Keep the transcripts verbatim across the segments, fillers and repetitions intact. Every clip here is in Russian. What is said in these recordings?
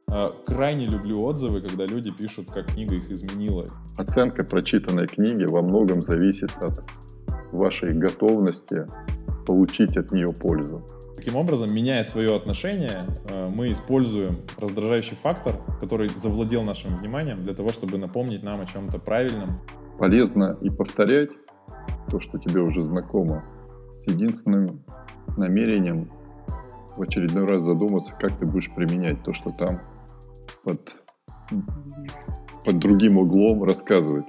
Крайне люблю отзывы, когда люди пишут, как книга их изменила. Оценка прочитанной книги во многом зависит от вашей готовности получить от нее пользу. Таким образом, меняя свое отношение, мы используем раздражающий фактор, который завладел нашим вниманием, для того, чтобы напомнить нам о чем-то правильном. Полезно и повторять то, что тебе уже знакомо, с единственным намерением в очередной раз задуматься, как ты будешь применять то, что там под, под другим углом рассказывает.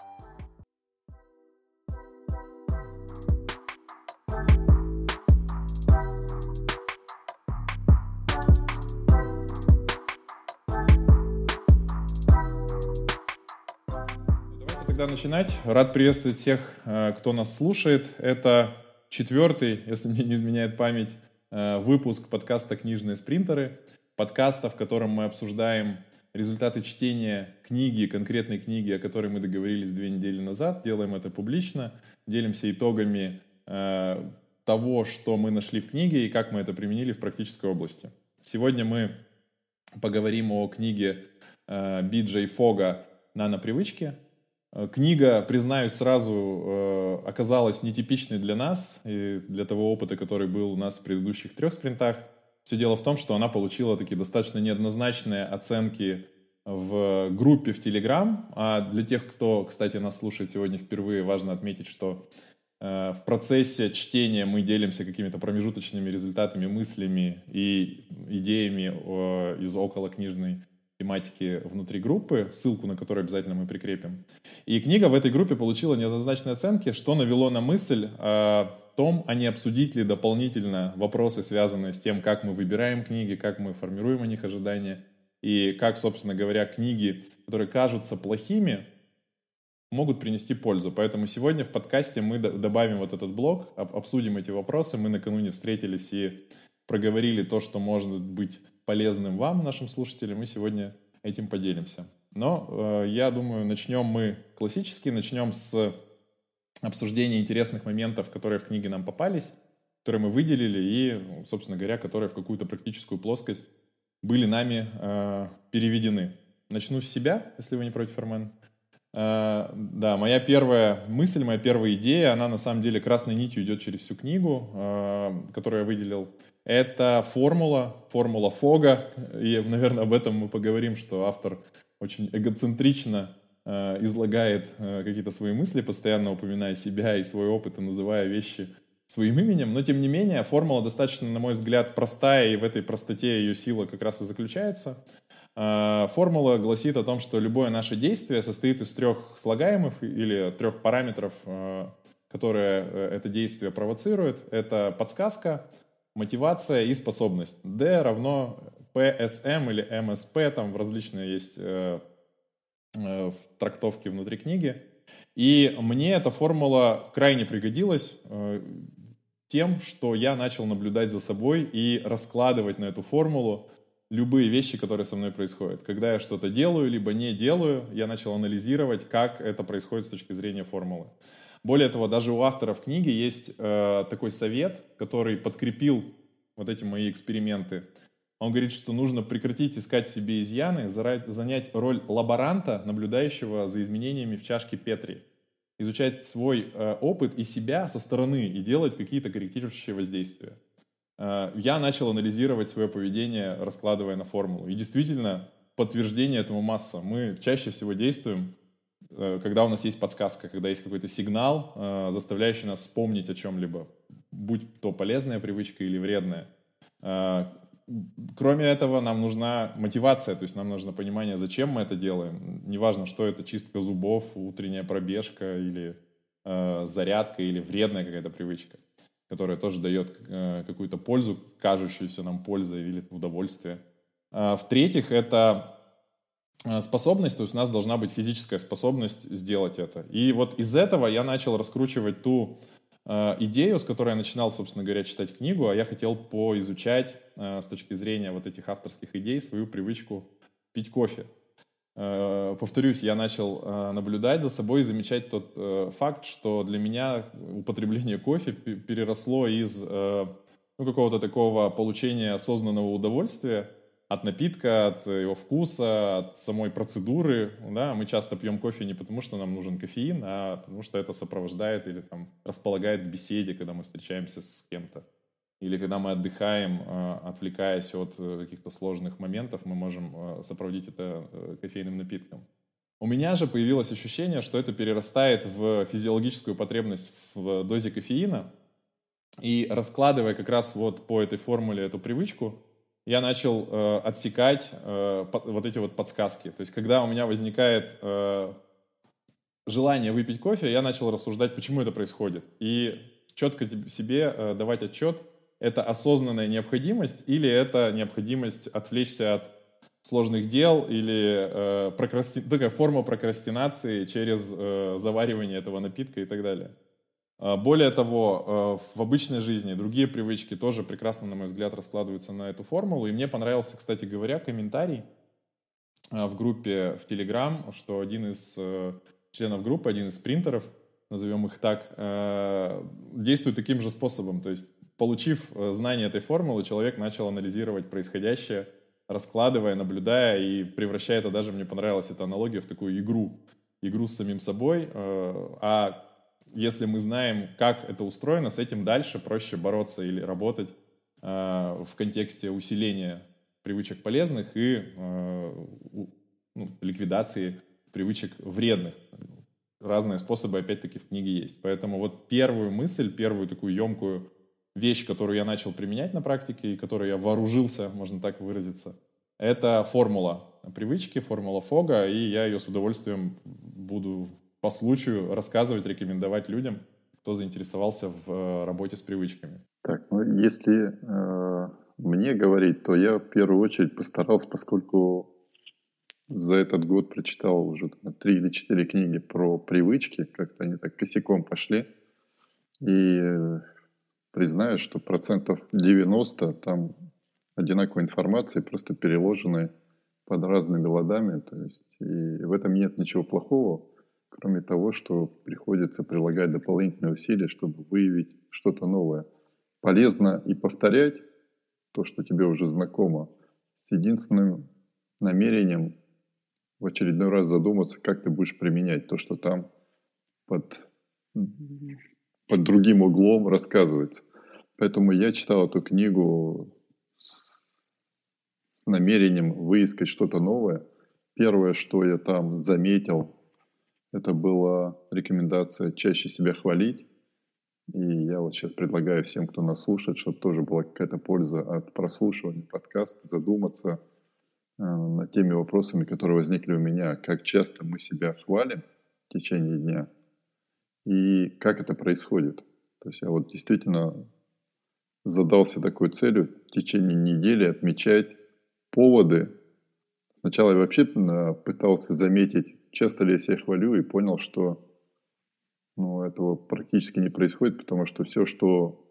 Давайте тогда начинать. Рад приветствовать всех, кто нас слушает. Это четвертый, если мне не изменяет память, выпуск подкаста «Книжные спринтеры». Подкаста, в котором мы обсуждаем результаты чтения книги, конкретной книги, о которой мы договорились две недели назад. Делаем это публично, делимся итогами э, того, что мы нашли в книге и как мы это применили в практической области. Сегодня мы поговорим о книге э, Би Джей Фога «Нанопривычки». Книга, признаюсь сразу, э, оказалась нетипичной для нас и для того опыта, который был у нас в предыдущих трех спринтах. Все дело в том, что она получила такие достаточно неоднозначные оценки в группе в Telegram. А для тех, кто, кстати, нас слушает сегодня впервые, важно отметить, что э, в процессе чтения мы делимся какими-то промежуточными результатами, мыслями и идеями э, из околокнижной тематики внутри группы, ссылку на которую обязательно мы прикрепим. И книга в этой группе получила неоднозначные оценки, что навело на мысль о том, а не обсудить ли дополнительно вопросы, связанные с тем, как мы выбираем книги, как мы формируем о них ожидания, и как, собственно говоря, книги, которые кажутся плохими, могут принести пользу. Поэтому сегодня в подкасте мы добавим вот этот блок, обсудим эти вопросы. Мы накануне встретились и проговорили то, что может быть полезным вам, нашим слушателям, мы сегодня этим поделимся. Но э, я думаю, начнем мы классически, начнем с обсуждения интересных моментов, которые в книге нам попались, которые мы выделили и, собственно говоря, которые в какую-то практическую плоскость были нами э, переведены. Начну с себя, если вы не против, Армен. Э, да, моя первая мысль, моя первая идея, она на самом деле красной нитью идет через всю книгу, э, которую я выделил. Это формула, формула Фога, и, наверное, об этом мы поговорим, что автор очень эгоцентрично э, излагает э, какие-то свои мысли, постоянно упоминая себя и свой опыт, и называя вещи своим именем, но, тем не менее, формула достаточно, на мой взгляд, простая, и в этой простоте ее сила как раз и заключается. Э, формула гласит о том, что любое наше действие состоит из трех слагаемых или трех параметров, э, которые это действие провоцирует. Это подсказка, мотивация и способность. D равно пи эс эм или эм эс пи, там различные есть э, э, трактовки внутри книги. И мне эта формула крайне пригодилась э, тем, что я начал наблюдать за собой и раскладывать на эту формулу любые вещи, которые со мной происходят. Когда я что-то делаю, либо не делаю, я начал анализировать, как это происходит с точки зрения формулы. Более того, даже у авторов книги есть э, такой совет, который подкрепил вот эти мои эксперименты. Он говорит, что нужно прекратить искать в себе изъяны, занять роль лаборанта, наблюдающего за изменениями в чашке Петри. Изучать свой э, опыт и себя со стороны и делать какие-то корректирующие воздействия. Э, я начал анализировать свое поведение, раскладывая на формулу. И действительно, подтверждение этому масса. Мы чаще всего действуем, когда у нас есть подсказка, когда есть какой-то сигнал, э, заставляющий нас вспомнить о чем-либо, будь то полезная привычка или вредная. Э, кроме этого, нам нужна мотивация, то есть нам нужно понимание, зачем мы это делаем. Неважно, что это, чистка зубов, утренняя пробежка или э, зарядка или вредная какая-то привычка, которая тоже дает э, какую-то пользу, кажущуюся нам пользой или удовольствие. Э, в-третьих, это способность, то есть у нас должна быть физическая способность сделать это. И вот из этого я начал раскручивать ту э, идею, с которой я начинал, собственно говоря, читать книгу, а я хотел поизучать э, с точки зрения вот этих авторских идей свою привычку пить кофе. Э, повторюсь, я начал э, наблюдать за собой и замечать тот э, факт, что для меня употребление кофе п- переросло из э, ну, какого-то такого получения осознанного удовольствия от напитка, от его вкуса, от самой процедуры. Да? Мы часто пьем кофе не потому, что нам нужен кофеин, а потому что это сопровождает или там, располагает к беседе, когда мы встречаемся с кем-то. Или когда мы отдыхаем, отвлекаясь от каких-то сложных моментов, мы можем сопроводить это кофейным напитком. У меня же появилось ощущение, что это перерастает в физиологическую потребность в дозе кофеина. И раскладывая как раз вот по этой формуле эту привычку, я начал э, отсекать э, по, вот эти вот подсказки. То есть, когда у меня возникает э, желание выпить кофе, я начал рассуждать, почему это происходит. И четко себе э, давать отчет, это осознанная необходимость или это необходимость отвлечься от сложных дел или э, прокрасти... такая форма прокрастинации через э, заваривание этого напитка и так далее. Более того, в обычной жизни другие привычки тоже прекрасно, на мой взгляд, раскладываются на эту формулу. И мне понравился, кстати говоря, комментарий в группе в Telegram, что один из членов группы, один из спринтеров, назовем их так, действует таким же способом. То есть, получив знание этой формулы, человек начал анализировать происходящее, раскладывая, наблюдая и превращая это, даже мне понравилась эта аналогия, в такую игру. Игру с самим собой. А если мы знаем, как это устроено, с этим дальше проще бороться или работать э, в контексте усиления привычек полезных и э, ну, ликвидации привычек вредных. Разные способы, опять-таки, в книге есть. Поэтому вот первую мысль, первую такую емкую вещь, которую я начал применять на практике и которой я вооружился, можно так выразиться, это формула привычки, формула Фога, и я ее с удовольствием буду по случаю рассказывать, рекомендовать людям, кто заинтересовался в э, работе с привычками. Так, ну если э, мне говорить, то я в первую очередь постарался, поскольку за этот год прочитал уже три или четыре книги про привычки, как-то они так косяком пошли, и э, признаю, что процентов девяносто там одинаковой информации, просто переложенной под разными ладами, то есть и в этом нет ничего плохого. Кроме того, что приходится прилагать дополнительные усилия, чтобы выявить что-то новое. Полезно и повторять то, что тебе уже знакомо, с единственным намерением в очередной раз задуматься, как ты будешь применять то, что там под, под другим углом рассказывается. Поэтому я читал эту книгу с, с намерением выискать что-то новое. Первое, что я там заметил, это была рекомендация чаще себя хвалить. И я вот сейчас предлагаю всем, кто нас слушает, чтобы тоже была какая-то польза от прослушивания подкаста, задуматься э, над теми вопросами, которые возникли у меня. Как часто мы себя хвалим в течение дня и как это происходит. То есть я вот действительно задался такой целью в течение недели отмечать поводы. Сначала я вообще пытался заметить, часто ли я себя хвалю, и понял, что ну, этого практически не происходит, потому что все, что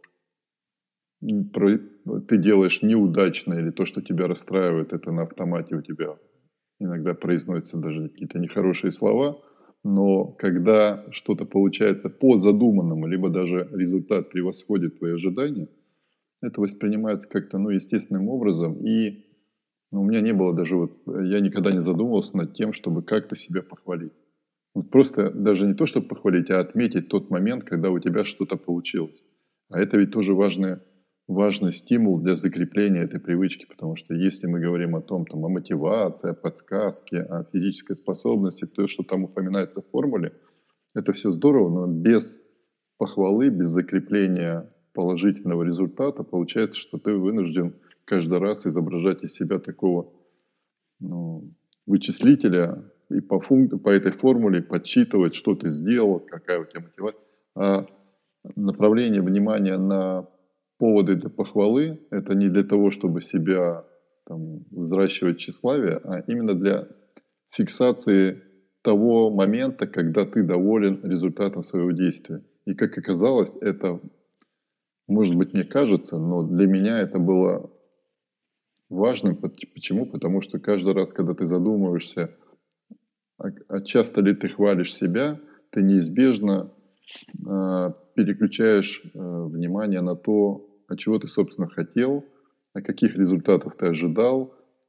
ты делаешь неудачно или то, что тебя расстраивает, это на автомате у тебя иногда произносятся даже какие-то нехорошие слова. Но когда что-то получается по задуманному, либо даже результат превосходит твои ожидания, это воспринимается как-то ну, естественным образом. И ну, у меня не было даже, вот, я никогда не задумывался над тем, чтобы как-то себя похвалить. Вот просто даже не то, чтобы похвалить, а отметить тот момент, когда у тебя что-то получилось. А это ведь тоже важный, важный стимул для закрепления этой привычки, потому что если мы говорим о том, там, о мотивации, о подсказке, о физической способности, то, что там упоминается в формуле, это все здорово, но без похвалы, без закрепления положительного результата получается, что ты вынужден каждый раз изображать из себя такого ну, вычислителя и по, функ... по этой формуле подсчитывать, что ты сделал, какая у тебя мотивация. А направление внимания на поводы для похвалы – это не для того, чтобы себя там, взращивать тщеславие, а именно для фиксации того момента, когда ты доволен результатом своего действия. И как оказалось, это, может быть, мне кажется, но для меня это было важным. Почему? Потому что каждый раз, когда ты задумываешься, а часто ли ты хвалишь себя, ты неизбежно э, переключаешь э, внимание на то, а чего ты, собственно, хотел, а каких результатов ты ожидал,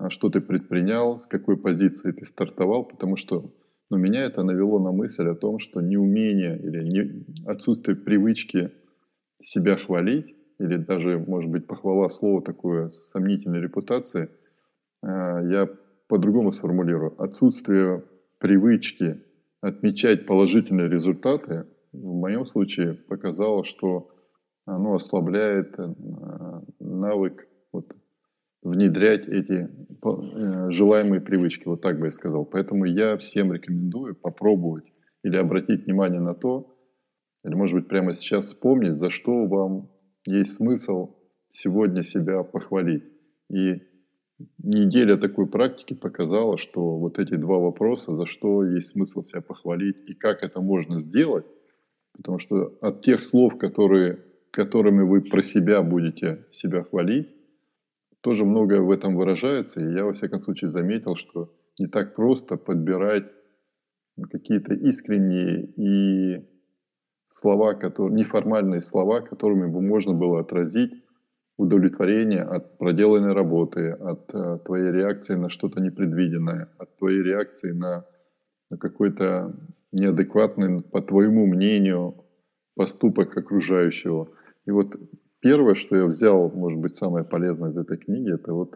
а что ты предпринял, с какой позиции ты стартовал, потому что ну, меня это навело на мысль о том, что неумение или не, отсутствие привычки себя хвалить, или даже, может быть, похвала слова такое с сомнительной репутацией, а, я по-другому сформулирую. Отсутствие привычки отмечать положительные результаты в моем случае показало, что оно ослабляет э, навык вот, внедрять эти э, желаемые привычки, вот так бы я сказал. Поэтому я всем рекомендую попробовать или обратить внимание на то, или, может быть, прямо сейчас вспомнить, за что вам есть смысл сегодня себя похвалить. И неделя такой практики показала, что вот эти два вопроса, за что есть смысл себя похвалить и как это можно сделать, потому что от тех слов, которые, которыми вы про себя будете себя хвалить, тоже многое в этом выражается. И я, во всяком случае, заметил, что не так просто подбирать какие-то искренние и слова, которые, неформальные слова, которыми бы можно было отразить удовлетворение от проделанной работы, от э, твоей реакции на что-то непредвиденное, от твоей реакции на, на какой-то неадекватный, по твоему мнению, поступок окружающего. И вот первое, что я взял, может быть, самое полезное из этой книги, это вот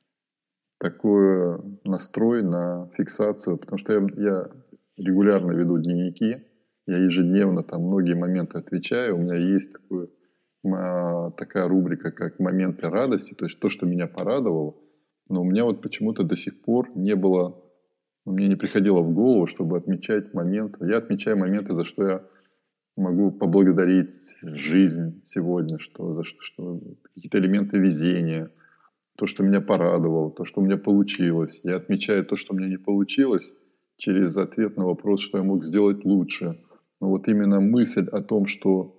такой настрой на фиксацию, потому что я, я регулярно веду дневники, я ежедневно там многие моменты отвечаю, у меня есть такой, а, такая рубрика, как моменты радости, то есть то, что меня порадовало, но у меня вот почему-то до сих пор не было, мне не приходило в голову, чтобы отмечать моменты. Я отмечаю моменты, за что я могу поблагодарить жизнь сегодня, что, за что, что какие-то элементы везения, то, что меня порадовало, то, что у меня получилось. Я отмечаю то, что у меня не получилось, через ответ на вопрос, что я мог сделать лучше. Но вот именно мысль о том, что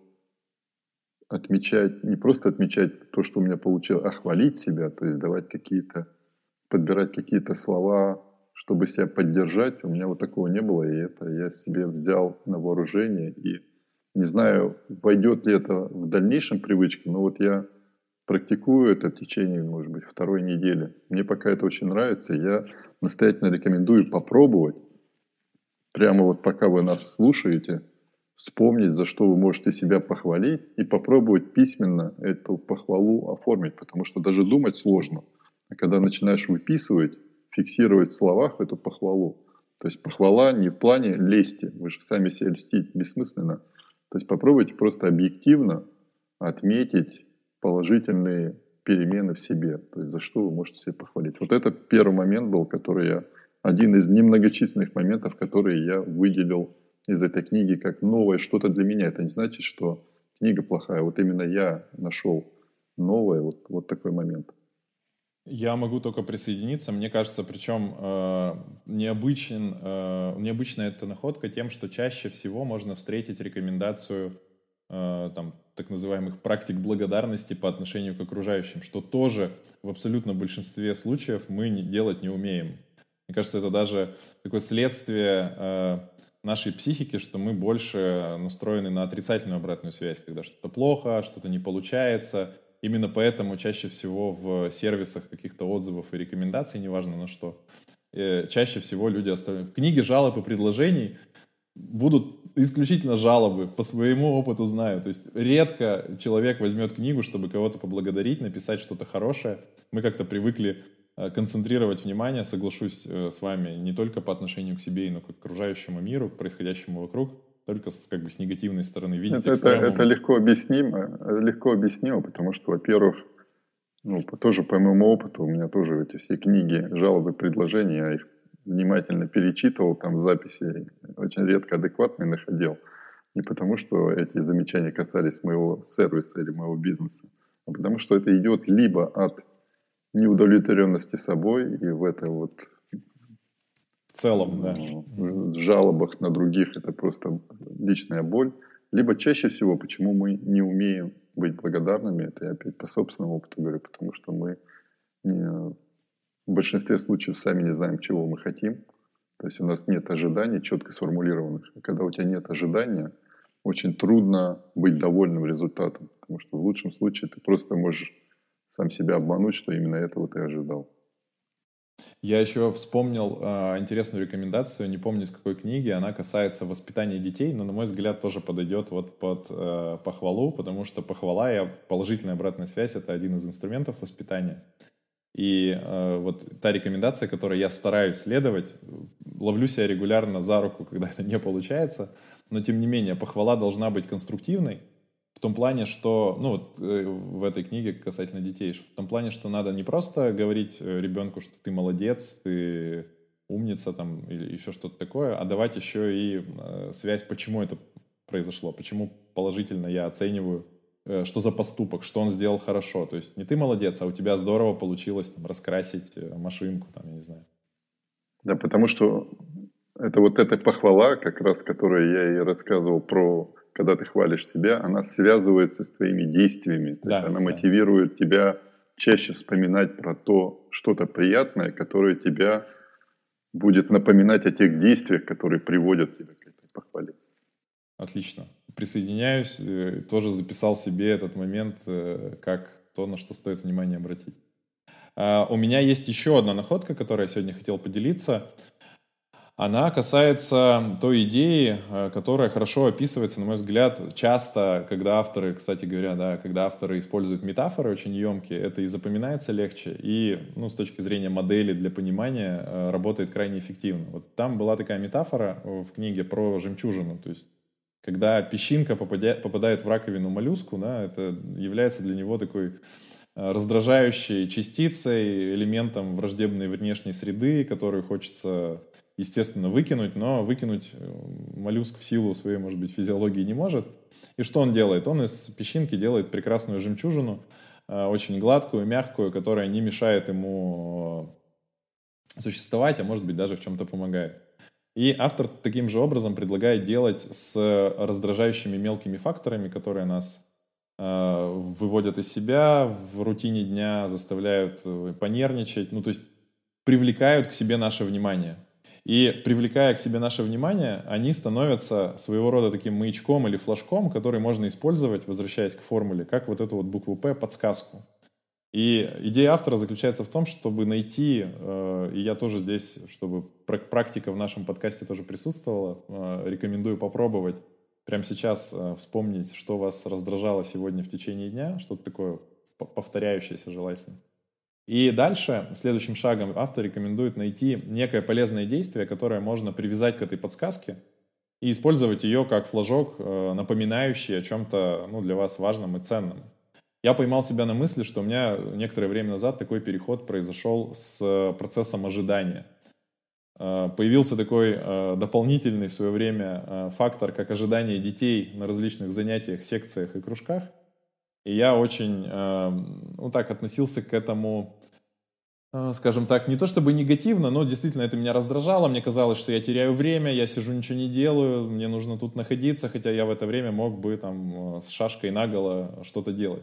отмечать, не просто отмечать то, что у меня получилось, а хвалить себя, то есть давать какие-то, подбирать какие-то слова, чтобы себя поддержать, у меня вот такого не было, и это я себе взял на вооружение, и не знаю, войдет ли это в дальнейшем привычке, но вот я практикую это в течение, может быть, второй недели. Мне пока это очень нравится, и я настоятельно рекомендую попробовать, прямо вот пока вы нас слушаете, вспомнить, за что вы можете себя похвалить, и попробовать письменно эту похвалу оформить, потому что даже думать сложно. А когда начинаешь выписывать, фиксировать в словах эту похвалу, то есть похвала не в плане лести, вы же сами себя льстить бессмысленно, то есть попробуйте просто объективно отметить положительные перемены в себе, то есть за что вы можете себя похвалить. Вот это первый момент был, который я, один из немногочисленных моментов, которые я выделил из этой книги как новое что-то для меня. Это не значит, что книга плохая. Вот именно я нашел новое, вот, вот такой момент. Я могу только присоединиться. Мне кажется, причем э, необычен, э, необычная эта находка тем, что чаще всего можно встретить рекомендацию э, там, так называемых практик благодарности по отношению к окружающим, что тоже в абсолютно большинстве случаев мы не, делать не умеем. Мне кажется, это даже такое следствие э, нашей психики, что мы больше настроены на отрицательную обратную связь, когда что-то плохо, что-то не получается. Именно поэтому чаще всего в сервисах каких-то отзывов и рекомендаций, неважно на что, э, чаще всего люди оставляют. В книге жалоб и предложений будут исключительно жалобы, по своему опыту знаю. То есть редко человек возьмет книгу, чтобы кого-то поблагодарить, написать что-то хорошее. Мы как-то привыкли э, концентрировать внимание, соглашусь э, с вами, не только по отношению к себе, но и к окружающему миру, к происходящему вокруг, только с, как бы, с негативной стороны. Видеть это, это, это легко объяснимо, легко объяснимо, потому что, во-первых, ну, тоже по моему опыту, у меня тоже эти все книги, жалобы, предложения, я их внимательно перечитывал, там записи очень редко адекватные находил. Не потому, что эти замечания касались моего сервиса или моего бизнеса, а потому что это идет либо от неудовлетворенности собой, и в это вот в целом, да. в жалобах на других это просто личная боль, либо чаще всего, почему мы не умеем быть благодарными, это я опять по собственному опыту говорю, потому что мы не, в большинстве случаев сами не знаем, чего мы хотим. То есть у нас нет ожиданий четко сформулированных. А когда у тебя нет ожидания, очень трудно быть довольным результатом, потому что в лучшем случае ты просто можешь сам себя обмануть, что именно этого ты ожидал. Я еще вспомнил э, интересную рекомендацию, не помню, из какой книги, она касается воспитания детей, но, на мой взгляд, тоже подойдет вот под э, похвалу, потому что похвала и положительная обратная связь — это один из инструментов воспитания. И э, вот та рекомендация, которой я стараюсь следовать, ловлю себя регулярно за руку, когда это не получается, но, тем не менее, похвала должна быть конструктивной, в том плане, что, ну, вот э, в этой книге касательно детей, в том плане, что надо не просто говорить э, ребенку, что ты молодец, ты умница там или еще что-то такое, а давать еще и э, связь, почему это произошло, почему положительно я оцениваю, э, что за поступок, что он сделал хорошо. То есть не ты молодец, а у тебя здорово получилось там, раскрасить э, машинку, там, я не знаю. Да, потому что это вот эта похвала, как раз, которую я и рассказывал про, когда ты хвалишь себя, она связывается с твоими действиями. То есть Да, она да. мотивирует тебя чаще вспоминать про то, что-то приятное, которое тебя будет напоминать о тех действиях, которые приводят тебя к этой похвале. Отлично. Присоединяюсь, э, тоже записал себе этот момент э, как то, на что стоит внимание обратить. А, У меня есть еще одна находка, которой я сегодня хотел поделиться. Она касается той идеи, э, которая хорошо описывается, на мой взгляд, часто, когда авторы, кстати говоря, да, когда авторы используют метафоры очень емкие, это и запоминается легче, и, ну, с точки зрения модели для понимания, э, работает крайне эффективно. Вот там была такая метафора в книге про жемчужину, то есть когда песчинка попадя- попадает в раковину моллюску, да, это является для него такой э, раздражающей частицей, элементом враждебной внешней среды, которую хочется, естественно, выкинуть, но выкинуть э, моллюск в силу своей, может быть, физиологии не может. И что он делает? Он из песчинки делает прекрасную жемчужину, э, очень гладкую, мягкую, которая не мешает ему э, существовать, а может быть, даже в чем-то помогает. И автор таким же образом предлагает делать с раздражающими мелкими факторами, которые нас э, выводят из себя в рутине дня, заставляют э, понервничать, ну то есть привлекают к себе наше внимание. И привлекая к себе наше внимание, они становятся своего рода таким маячком или флажком, который можно использовать, возвращаясь к формуле, как вот эту вот букву «П» подсказку. И идея автора заключается в том, чтобы найти, э, и я тоже здесь, чтобы практика в нашем подкасте тоже присутствовала, э, рекомендую попробовать прямо сейчас э, вспомнить, что вас раздражало сегодня в течение дня, что-то такое повторяющееся желательно. И дальше, следующим шагом автор рекомендует найти некое полезное действие, которое можно привязать к этой подсказке и использовать ее как флажок, э, напоминающий о чем-то, ну, для вас важном и ценном. Я поймал себя на мысли, что у меня некоторое время назад такой переход произошел с процессом ожидания. Э, Появился такой э, дополнительный в свое время э, фактор, как ожидание детей на различных занятиях, секциях и кружках. И я очень, э, ну, так относился к этому, э, скажем так, не то чтобы негативно, но действительно это меня раздражало. Мне казалось, что я теряю время, я сижу, ничего не делаю, мне нужно тут находиться, хотя я в это время мог бы там э, с шашкой наголо что-то делать.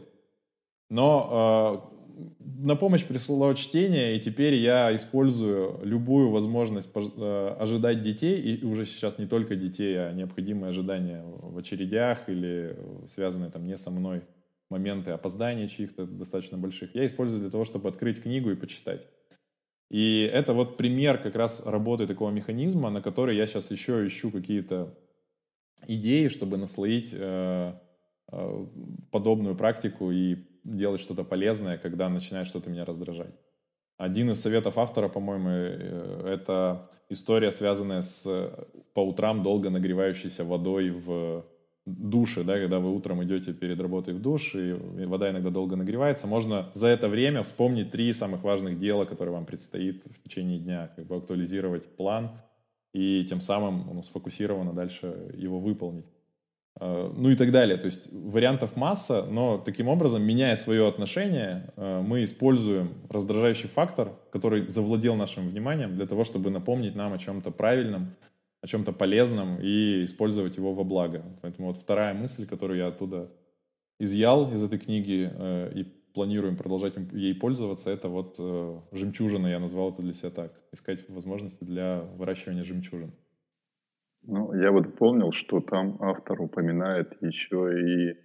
Но э, на помощь пришло чтение, и теперь я использую любую возможность пож- э, ожидать детей, и уже сейчас не только детей, а необходимые ожидания в очередях или связанные там не со мной моменты опоздания чьих-то достаточно больших, я использую для того, чтобы открыть книгу и почитать. И это вот пример как раз работы такого механизма, на который я сейчас еще ищу какие-то идеи, чтобы наслоить э, э, подобную практику и делать что-то полезное, когда начинает что-то меня раздражать. Один из советов автора, по-моему, э, это история, связанная с по утрам долго нагревающейся водой в душе, да, когда вы утром идете перед работой в душ, и вода иногда долго нагревается, можно за это время вспомнить три самых важных дела, которые вам предстоит в течение дня, как бы актуализировать план и тем самым ну, сфокусированно дальше его выполнить. Ну и так далее. То есть вариантов масса, но таким образом, меняя свое отношение, мы используем раздражающий фактор, который завладел нашим вниманием, для того, чтобы напомнить нам о чем-то правильном, о чем-то полезном и использовать его во благо. Поэтому вот вторая мысль, которую я оттуда изъял из этой книги и планируем продолжать ей пользоваться, это вот жемчужина, я назвал это для себя так. Искать возможности для выращивания жемчужин. Ну, я вот помнил, что там автор упоминает еще и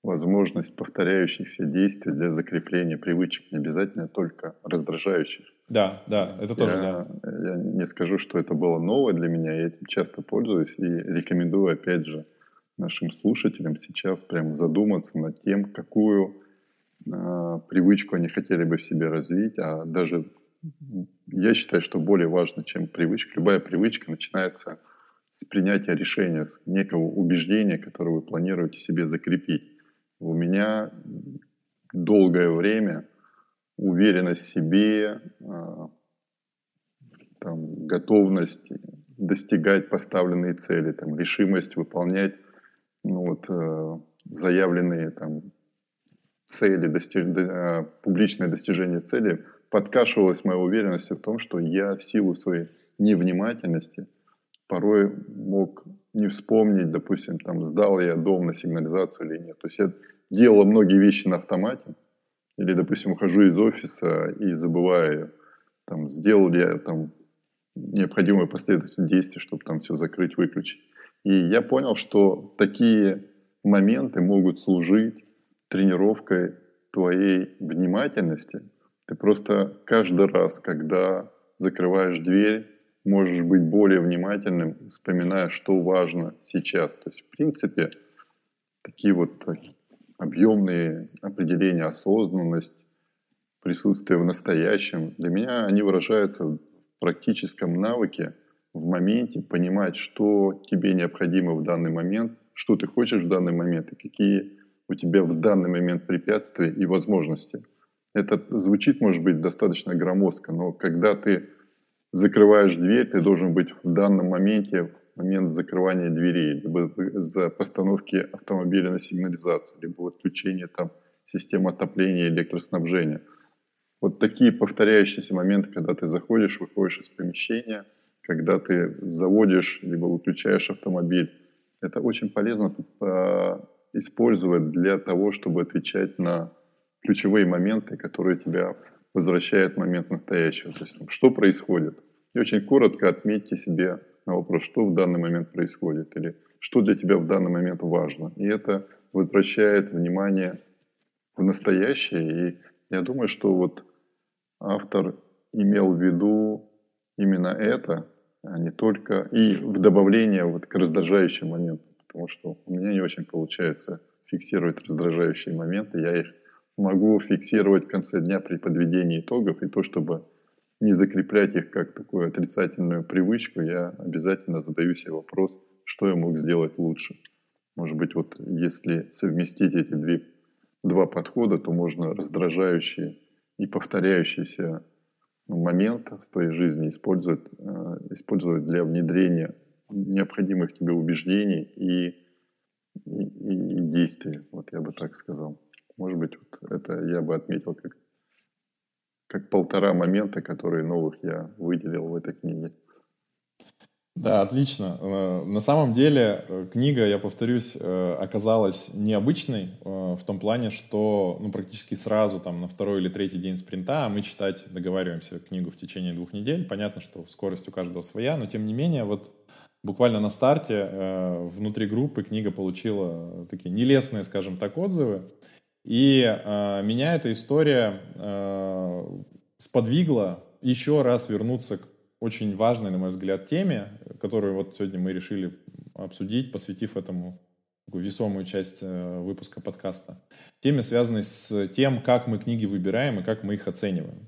возможность повторяющихся действий для закрепления привычек, не обязательно только раздражающих. Да, да, это я, тоже, да. Я не скажу, что это было новое для меня, я этим часто пользуюсь и рекомендую, опять же, нашим слушателям сейчас прям задуматься над тем, какую э, привычку они хотели бы в себе развить, а даже я считаю, что более важно, чем привычка. Любая привычка начинается с принятия решения, с некого убеждения, которое вы планируете себе закрепить. У меня долгое время уверенность в себе, там, готовность достигать поставленные цели, там, решимость выполнять ну, вот, заявленные там, цели, достиж... публичное достижение цели подкашивалась моя уверенность в том, что я в силу своей невнимательности порой мог не вспомнить, допустим, там, сдал я дом на сигнализацию или нет. То есть я делал многие вещи на автомате, или, допустим, ухожу из офиса и забываю, там, сделал ли я там необходимую последовательность действий, чтобы там все закрыть, выключить. И я понял, что такие моменты могут служить тренировкой твоей внимательности. Ты просто каждый раз, когда закрываешь дверь, можешь быть более внимательным, вспоминая, что важно сейчас. То есть, в принципе, такие вот объемные определения осознанность, присутствие в настоящем, для меня они выражаются в практическом навыке, в моменте понимать, что тебе необходимо в данный момент, что ты хочешь в данный момент и какие у тебя в данный момент препятствия и возможности. Это звучит, может быть, достаточно громоздко, но когда ты закрываешь дверь, ты должен быть в данном моменте, в момент закрывания дверей, либо за постановки автомобиля на сигнализацию, либо отключение там, системы отопления, электроснабжения. Вот такие повторяющиеся моменты, когда ты заходишь, выходишь из помещения, когда ты заводишь, либо выключаешь автомобиль, это очень полезно использовать для того, чтобы отвечать на ключевые моменты, которые тебя возвращают в момент настоящего. То есть, что происходит? И очень коротко отметьте себе на вопрос, что в данный момент происходит, или что для тебя в данный момент важно. И это возвращает внимание в настоящее. И я думаю, что вот автор имел в виду именно это, а не только и в добавление вот к раздражающим моментам. Потому что у меня не очень получается фиксировать раздражающие моменты. Я их могу фиксировать в конце дня при подведении итогов. И то, чтобы не закреплять их как такую отрицательную привычку, я обязательно задаю себе вопрос, что я мог сделать лучше. Может быть, вот если совместить эти две, два подхода, то можно раздражающие и повторяющиеся моменты в твоей жизни использовать, использовать для внедрения необходимых тебе убеждений и, и, и действий. Вот я бы так сказал. Может быть, вот это я бы отметил как, как полтора момента, которые новых я выделил в этой книге. Да, отлично. На самом деле книга, я повторюсь, оказалась необычной в том плане, что ну, практически сразу там, на второй или третий день спринта мы читать договариваемся книгу в течение двух недель. Понятно, что скорость у каждого своя, но тем не менее вот буквально на старте внутри группы книга получила такие нелестные, скажем так, отзывы. И меня эта история сподвигла еще раз вернуться к очень важной, на мой взгляд, теме, которую вот сегодня мы решили обсудить, посвятив этому такую весомую часть выпуска подкаста. Теме, связанной с тем, как мы книги выбираем и как мы их оцениваем.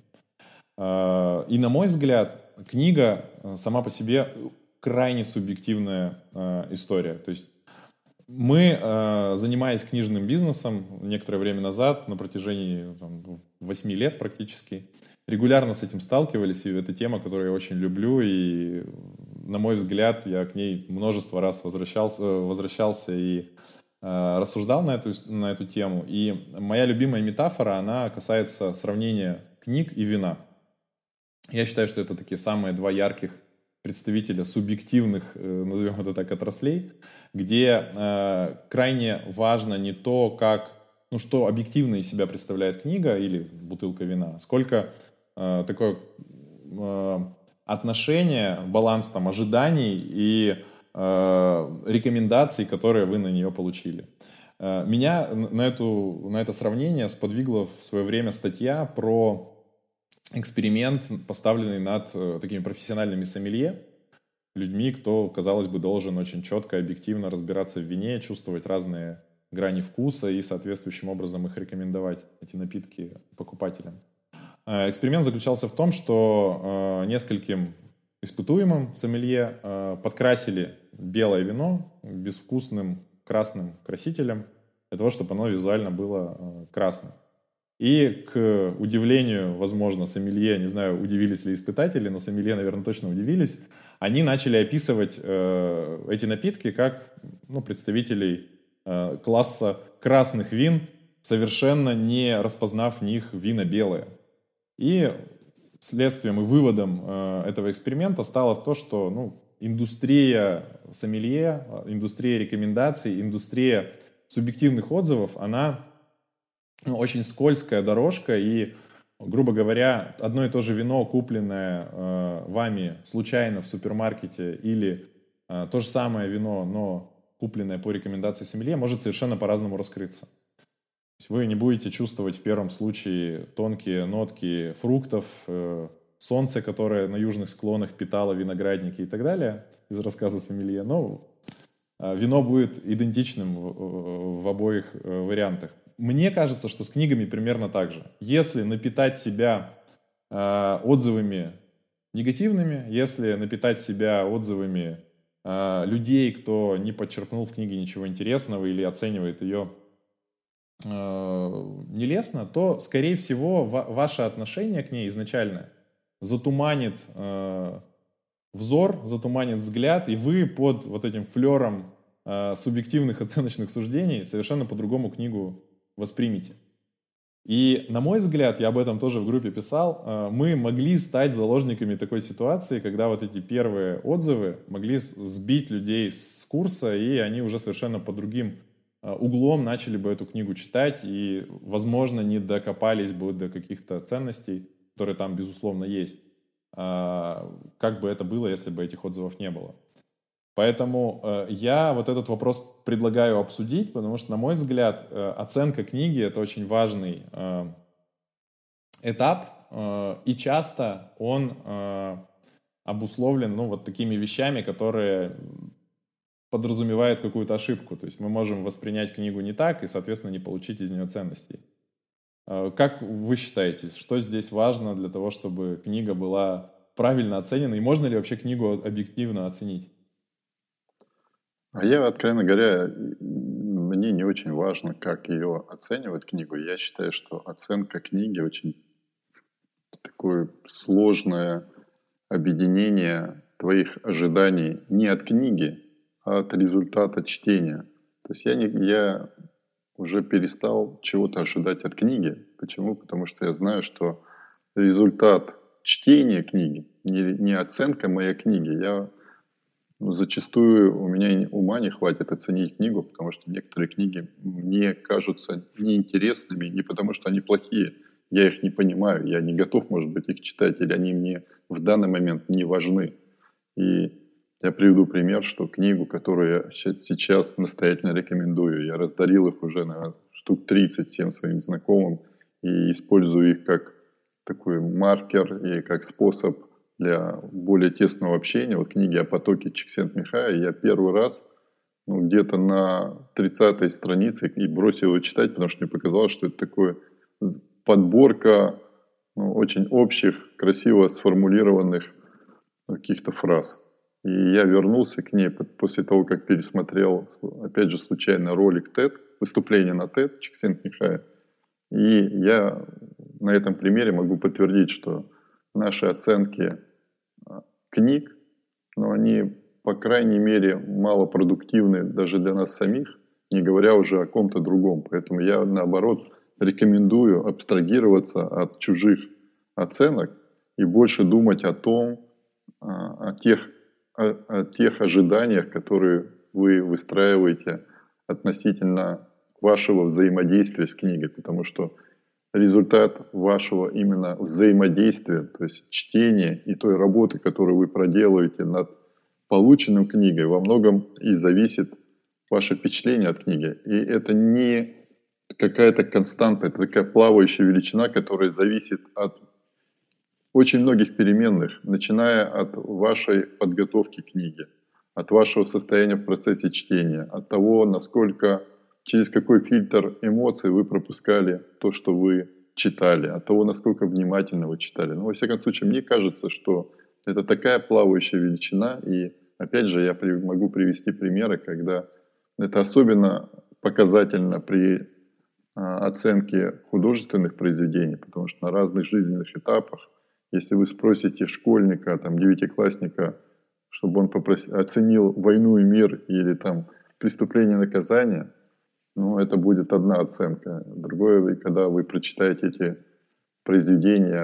И, на мой взгляд, книга сама по себе крайне субъективная история. То есть мы, занимаясь книжным бизнесом некоторое время назад, на протяжении восьми лет практически, регулярно с этим сталкивались, и это тема, которую я очень люблю, и, на мой взгляд, я к ней множество раз возвращался, возвращался и э, рассуждал на эту, на эту тему. И моя любимая метафора, она касается сравнения книг и вина. Я считаю, что это такие самые два ярких представителя субъективных, э, назовем это так, отраслей, где э, крайне важно не то, как, ну, что объективно из себя представляет книга или бутылка вина, сколько такое э, отношение, баланс там, ожиданий и э, рекомендаций, которые вы на нее получили. Меня на, эту, на это сравнение сподвигла в свое время статья про эксперимент, поставленный над такими профессиональными сомелье, людьми, кто, казалось бы, должен очень четко, объективно разбираться в вине, чувствовать разные грани вкуса и соответствующим образом их рекомендовать, эти напитки, покупателям. Эксперимент заключался в том, что нескольким испытуемым сомелье подкрасили белое вино безвкусным красным красителем для того, чтобы оно визуально было красным. И, к удивлению, возможно, сомелье, не знаю, удивились ли испытатели, но сомелье, наверное, точно удивились, они начали описывать э, эти напитки как ну, представителей э, класса красных вин, совершенно не распознав в них вина белые. И следствием и выводом э, этого эксперимента стало то, что ну, индустрия сомелье, индустрия рекомендаций, индустрия субъективных отзывов, она ну, очень скользкая дорожка, и, грубо говоря, одно и то же вино, купленное э, вами случайно в супермаркете, или э, то же самое вино, но купленное по рекомендации сомелье, может совершенно по-разному раскрыться. Вы не будете чувствовать в первом случае тонкие нотки фруктов, э, солнце, которое на южных склонах питало виноградники и так далее, из рассказа сомелье, но э, вино будет идентичным в, в обоих э, вариантах. Мне кажется, что с книгами примерно так же. Если напитать себя э, отзывами негативными, если напитать себя отзывами э, людей, кто не подчеркнул в книге ничего интересного или оценивает ее э, нелестно, то, скорее всего, ва- ваше отношение к ней изначально затуманит э, взор, затуманит взгляд, и вы под вот этим флером э, субъективных оценочных суждений совершенно по-другому книгу воспримите. И, на мой взгляд, я об этом тоже в группе писал, мы могли стать заложниками такой ситуации, когда вот эти первые отзывы могли сбить людей с курса, и они уже совершенно под другим углом начали бы эту книгу читать и, возможно, не докопались бы до каких-то ценностей, которые там, безусловно, есть. Как бы это было, если бы этих отзывов не было. Поэтому э, я вот этот вопрос предлагаю обсудить, потому что, на мой взгляд, э, оценка книги — это очень важный э, этап, э, и часто он э, обусловлен ну, вот такими вещами, которые подразумевают какую-то ошибку. То есть мы можем воспринять книгу не так и, соответственно, не получить из нее ценностей. Э, как вы считаете, что здесь важно для того, чтобы книга была правильно оценена, и можно ли вообще книгу объективно оценить? А я, откровенно говоря, мне не очень важно, как ее оценивать, книгу. Я считаю, что оценка книги очень такое сложное объединение твоих ожиданий не от книги, а от результата чтения. То есть я, не, я уже перестал чего-то ожидать от книги. Почему? Потому что я знаю, что результат чтения книги, не, не оценка моей книги. Я Ну, зачастую у меня ума не хватит оценить книгу, потому что некоторые книги мне кажутся неинтересными не потому, что они плохие. Я их не понимаю, я не готов, может быть, их читать, или они мне в данный момент не важны. И я приведу пример, что книгу, которую я сейчас настоятельно рекомендую, я раздарил их уже на штук тридцать всем своим знакомым и использую их как такой маркер и как способ для более тесного общения. Вот книги о потоке Чиксент-Михая я первый раз ну, где-то на тридцатой странице и бросил его читать, потому что мне показалось, что это такое подборка ну, очень общих, красиво сформулированных каких-то фраз. И я вернулся к ней после того, как пересмотрел, опять же, случайно ролик TED, выступление на TED Чиксент-Михая. И я на этом примере могу подтвердить, что наши оценки книг, но они, по крайней мере, малопродуктивны даже для нас самих, не говоря уже о ком-то другом. Поэтому я, наоборот, рекомендую абстрагироваться от чужих оценок и больше думать о том, о тех, о, о тех ожиданиях, которые вы выстраиваете относительно вашего взаимодействия с книгой. Потому что результат вашего именно взаимодействия, то есть чтения и той работы, которую вы проделываете над полученным книгой, во многом и зависит ваше впечатление от книги. И это не какая-то константа, это такая плавающая величина, которая зависит от очень многих переменных, начиная от вашей подготовки книги, от вашего состояния в процессе чтения, от того, насколько, через какой фильтр эмоций вы пропускали то, что вы читали, от того, насколько внимательно вы читали. Но, во всяком случае, мне кажется, что это такая плавающая величина, и, опять же, я при, могу привести примеры, когда это особенно показательно при а, оценке художественных произведений, потому что на разных жизненных этапах, если вы спросите школьника, там, девятиклассника, чтобы он попросил, оценил «Войну и мир» или там «Преступление и наказание», ну, это будет одна оценка. Другое, когда вы прочитаете эти произведения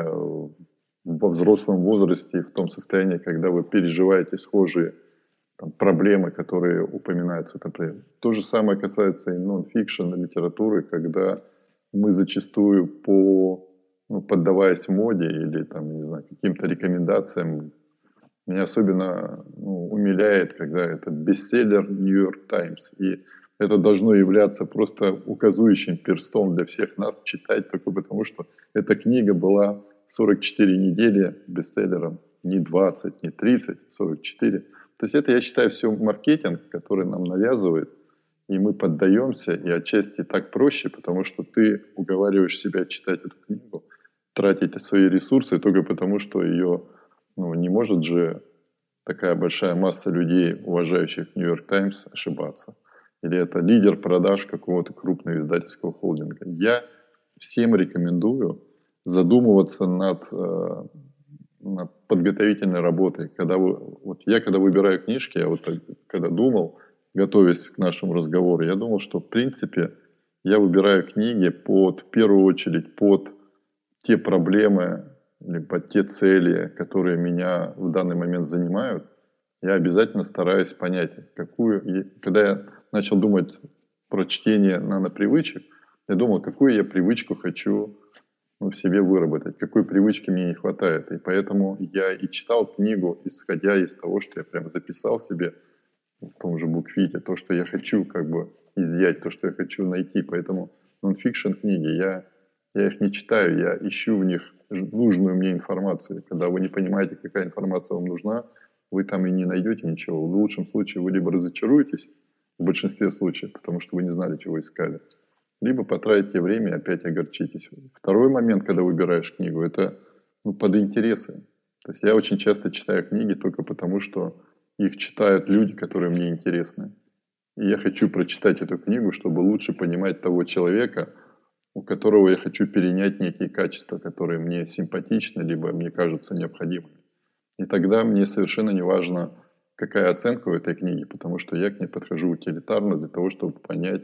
во взрослом возрасте, в том состоянии, когда вы переживаете схожие там, проблемы, которые упоминаются. Например. То же самое касается и нон-фикшн литературы, когда мы зачастую, по, ну, поддаваясь моде или там, не знаю, каким-то рекомендациям, меня особенно ну, умиляет, когда это бестселлер New York Times. И это должно являться просто указующим перстом для всех нас читать, только потому что эта книга была сорок четыре недели бестселлером, не двадцать, не тридцать, сорок четыре. То есть это, я считаю, все маркетинг, который нам навязывает, и мы поддаемся, и отчасти так проще, потому что ты уговариваешь себя читать эту книгу, тратить свои ресурсы только потому, что ее ну, не может же такая большая масса людей, уважающих New York Times, ошибаться. Или это лидер продаж какого-то крупного издательского холдинга. Я всем рекомендую задумываться над, э, над подготовительной работой. Когда вы, вот я, когда выбираю книжки, я вот когда думал, готовясь к нашему разговору, я думал, что в принципе я выбираю книги под, в первую очередь под те проблемы, либо те цели, которые меня в данный момент занимают. Я обязательно стараюсь понять, какую... Когда я начал думать про чтение нанопривычек, я думал, какую я привычку хочу ну, в себе выработать, какой привычки мне не хватает. И поэтому я и читал книгу, исходя из того, что я прям записал себе в том же буквите, то, что я хочу как бы изъять, то, что я хочу найти. Поэтому нон-фикшн книги, я, я их не читаю, я ищу в них нужную мне информацию. Когда вы не понимаете, какая информация вам нужна, вы там и не найдете ничего. В лучшем случае вы либо разочаруетесь, в большинстве случаев, потому что вы не знали, чего искали, либо потратите время и опять огорчитесь. Второй момент, когда выбираешь книгу, это ну, под интересы. То есть я очень часто читаю книги только потому, что их читают люди, которые мне интересны. И я хочу прочитать эту книгу, чтобы лучше понимать того человека, у которого я хочу перенять некие качества, которые мне симпатичны, либо мне кажутся необходимыми. И тогда мне совершенно не важно, какая оценка у этой книги, потому что я к ней подхожу утилитарно для того, чтобы понять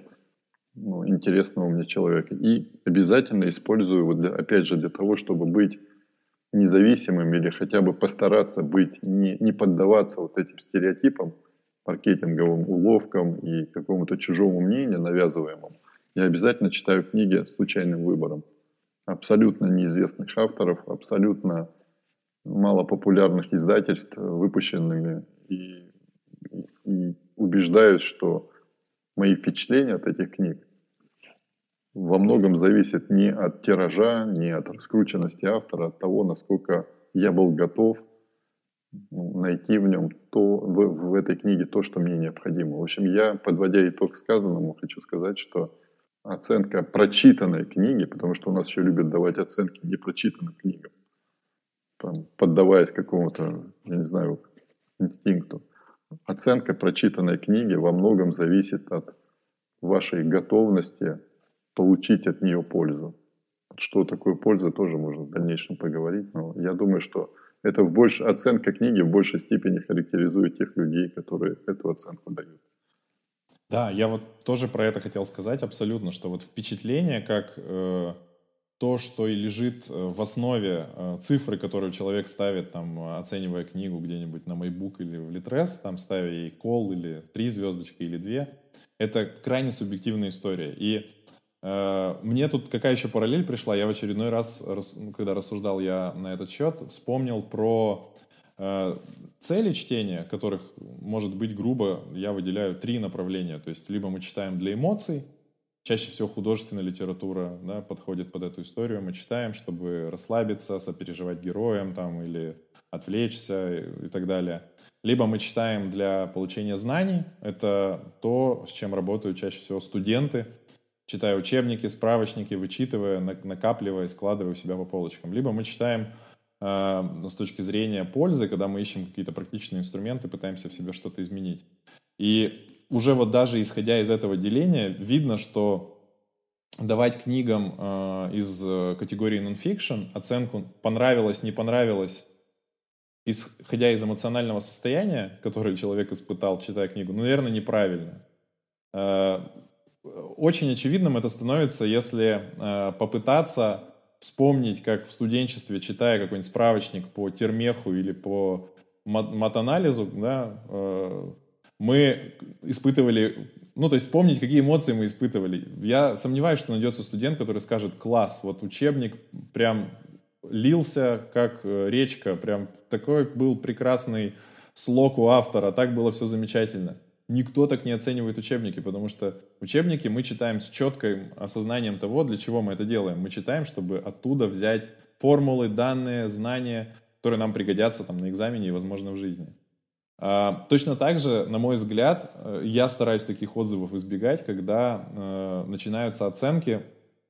ну, интересного мне человека. И обязательно использую, вот для, опять же, для того, чтобы быть независимым или хотя бы постараться быть, не, не поддаваться вот этим стереотипам, маркетинговым уловкам и какому-то чужому мнению навязываемому. Я обязательно читаю книги с случайным выбором. Абсолютно неизвестных авторов, абсолютно малопопулярных издательств, выпущенными, и, и, и убеждаюсь, что мои впечатления от этих книг во многом зависят не от тиража, не от раскрученности автора, а от того, насколько я был готов найти в нем то, в, в этой книге то, что мне необходимо. В общем, я, подводя итог сказанному, хочу сказать, что оценка прочитанной книги, потому что у нас еще любят давать оценки непрочитанным книгам, там, поддаваясь какому-то, я не знаю, инстинкту. Оценка прочитанной книги во многом зависит от вашей готовности получить от нее пользу. Что такое польза, тоже можно в дальнейшем поговорить, но я думаю, что это в больш... оценка книги в большей степени характеризует тех людей, которые эту оценку дают. Да, я вот тоже про это хотел сказать абсолютно, что вот впечатление, как э, то, что и лежит в основе э, цифры, которую человек ставит, там, оценивая книгу где-нибудь на MyBook или в Litres, там, ставя ей кол или три звездочки или две, это крайне субъективная история. И э, мне тут какая еще параллель пришла, я в очередной раз, рас, когда рассуждал я на этот счет, вспомнил про Цели чтения, которых, может быть, грубо я выделяю три направления. То есть либо мы читаем для эмоций, чаще всего художественная литература, да, подходит под эту историю. Мы читаем, чтобы расслабиться, сопереживать героям там, или отвлечься и, и так далее. Либо мы читаем для получения знаний. Это то, с чем работают чаще всего студенты, читая учебники, справочники, вычитывая, накапливая, складывая у себя по полочкам. Либо мы читаем э, с точки зрения пользы, когда мы ищем какие-то практичные инструменты, пытаемся в себе что-то изменить. И уже вот даже исходя из этого деления, видно, что давать книгам э, из категории non-fiction оценку «понравилось», «не понравилось», исходя из эмоционального состояния, которое человек испытал, читая книгу, ну, наверное, неправильно. Э, очень очевидным это становится, если э, попытаться вспомнить, как в студенчестве, читая какой-нибудь справочник по термеху или по мат-анализу, да, э, мы испытывали, ну, то есть вспомнить, какие эмоции мы испытывали. Я сомневаюсь, что найдется студент, который скажет: класс, вот учебник прям лился, как речка, прям такой был прекрасный слог у автора, так было все замечательно. Никто так не оценивает учебники, потому что учебники мы читаем с четким осознанием того, для чего мы это делаем. Мы читаем, чтобы оттуда взять формулы, данные, знания, которые нам пригодятся там на экзамене и, возможно, в жизни. А, точно так же, на мой взгляд, я стараюсь таких отзывов избегать, когда э, начинаются оценки,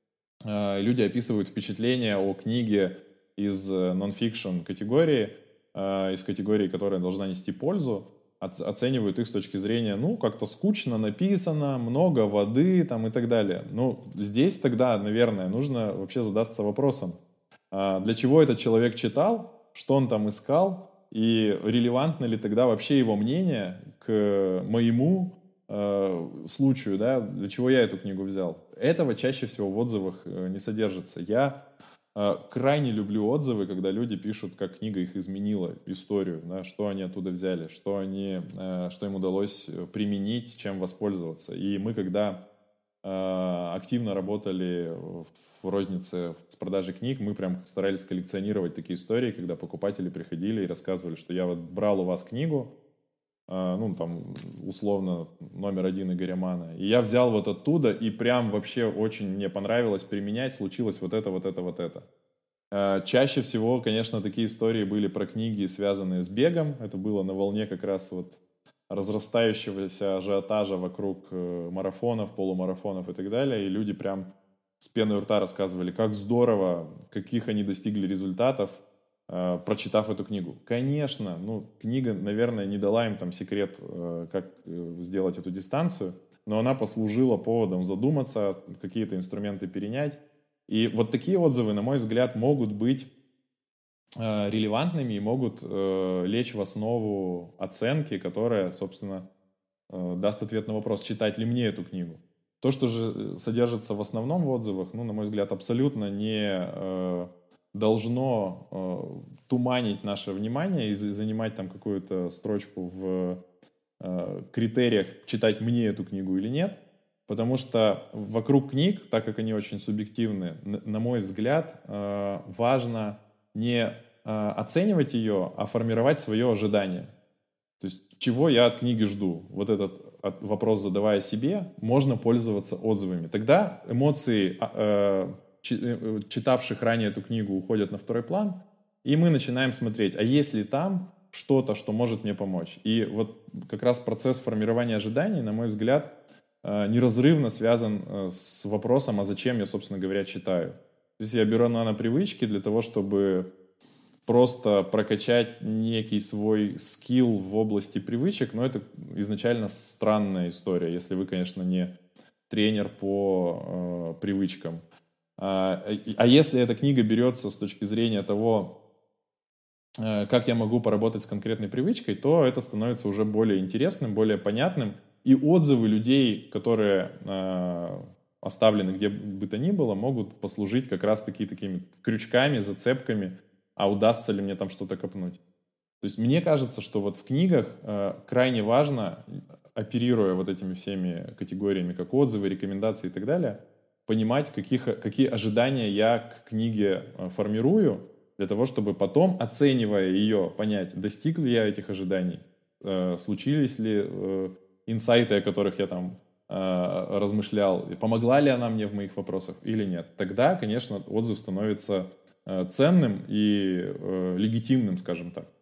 э, люди описывают впечатления о книге из non-fiction категории, э, из категории, которая должна нести пользу, оц- оценивают их с точки зрения, ну, как-то скучно написано, много воды там, и так далее. Ну, здесь тогда, наверное, нужно вообще задаться вопросом, э, для чего этот человек читал, что он там искал, и релевантно ли тогда вообще его мнение к моему э, случаю, да, для чего я эту книгу взял. Этого чаще всего в отзывах э, не содержится. Я э, крайне люблю отзывы, когда люди пишут, как книга их изменила, историю, да, что они оттуда взяли, что, они, э, что им удалось применить, чем воспользоваться. И мы, когда активно работали в рознице с продажей книг, мы прям старались коллекционировать такие истории, когда покупатели приходили и рассказывали, что я вот брал у вас книгу, ну там условно номер один Игоря Манна, и я взял вот оттуда, и прям вообще очень мне понравилось применять, случилось вот это, вот это, вот это. Чаще всего, конечно, такие истории были про книги, связанные с бегом, это было на волне как раз вот разрастающегося ажиотажа вокруг марафонов, полумарафонов и так далее. И люди прям с пеной у рта рассказывали, как здорово, каких они достигли результатов, э, прочитав эту книгу. Конечно, ну, книга, наверное, не дала им там секрет, э, как э, сделать эту дистанцию, но она послужила поводом задуматься, какие-то инструменты перенять. И вот такие отзывы, на мой взгляд, могут быть релевантными и могут э, лечь в основу оценки, которая, собственно, э, даст ответ на вопрос, читать ли мне эту книгу. То, что же содержится в основном в отзывах, ну, на мой взгляд, абсолютно не э, должно э, туманить наше внимание и занимать там какую-то строчку в э, критериях, читать мне эту книгу или нет, потому что вокруг книг, так как они очень субъективны, на, на мой взгляд, э, важно не э, оценивать ее, а формировать свое ожидание. То есть, чего я от книги жду? Вот этот от, вопрос задавая себе, можно пользоваться отзывами. Тогда эмоции э, э, читавших ранее эту книгу уходят на второй план, и мы начинаем смотреть, а есть ли там что-то, что может мне помочь? И вот как раз процесс формирования ожиданий, на мой взгляд, э, неразрывно связан э, с вопросом, а зачем я, собственно говоря, читаю. То есть я беру нано-привычки для того, чтобы просто прокачать некий свой скилл в области привычек, но это изначально странная история, если вы, конечно, не тренер по э, привычкам. А, а если эта книга берется с точки зрения того, э, как я могу поработать с конкретной привычкой, то это становится уже более интересным, более понятным, и отзывы людей, которые э, оставлены где бы то ни было, могут послужить как раз-таки такими крючками, зацепками, а удастся ли мне там что-то копнуть. То есть мне кажется, что вот в книгах э, крайне важно, оперируя вот этими всеми категориями, как отзывы, рекомендации и так далее, понимать, каких, какие ожидания я к книге формирую, для того, чтобы потом, оценивая ее, понять, достиг ли я этих ожиданий, э, случились ли э, инсайты, о которых я там э, размышлял, помогла ли она мне в моих вопросах или нет. Тогда, конечно, отзыв становится э, ценным и э, легитимным, скажем так.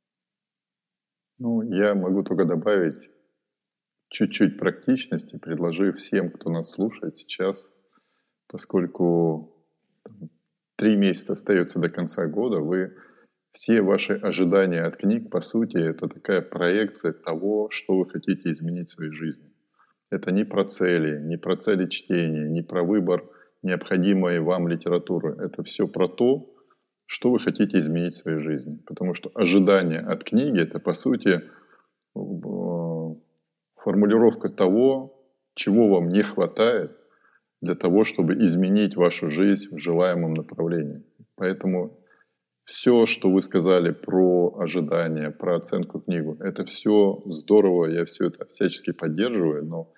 Ну, я могу только добавить чуть-чуть практичности, предложив всем, кто нас слушает сейчас, поскольку там, три месяца остается до конца года, вы все ваши ожидания от книг, по сути, это такая проекция того, что вы хотите изменить в своей жизни. Это не про цели, не про цели чтения, не про выбор необходимой вам литературы. Это все про то, что вы хотите изменить в своей жизни. Потому что ожидание от книги – это, по сути, формулировка того, чего вам не хватает для того, чтобы изменить вашу жизнь в желаемом направлении. Поэтому все, что вы сказали про ожидания, про оценку книгу, это все здорово, я все это всячески поддерживаю, но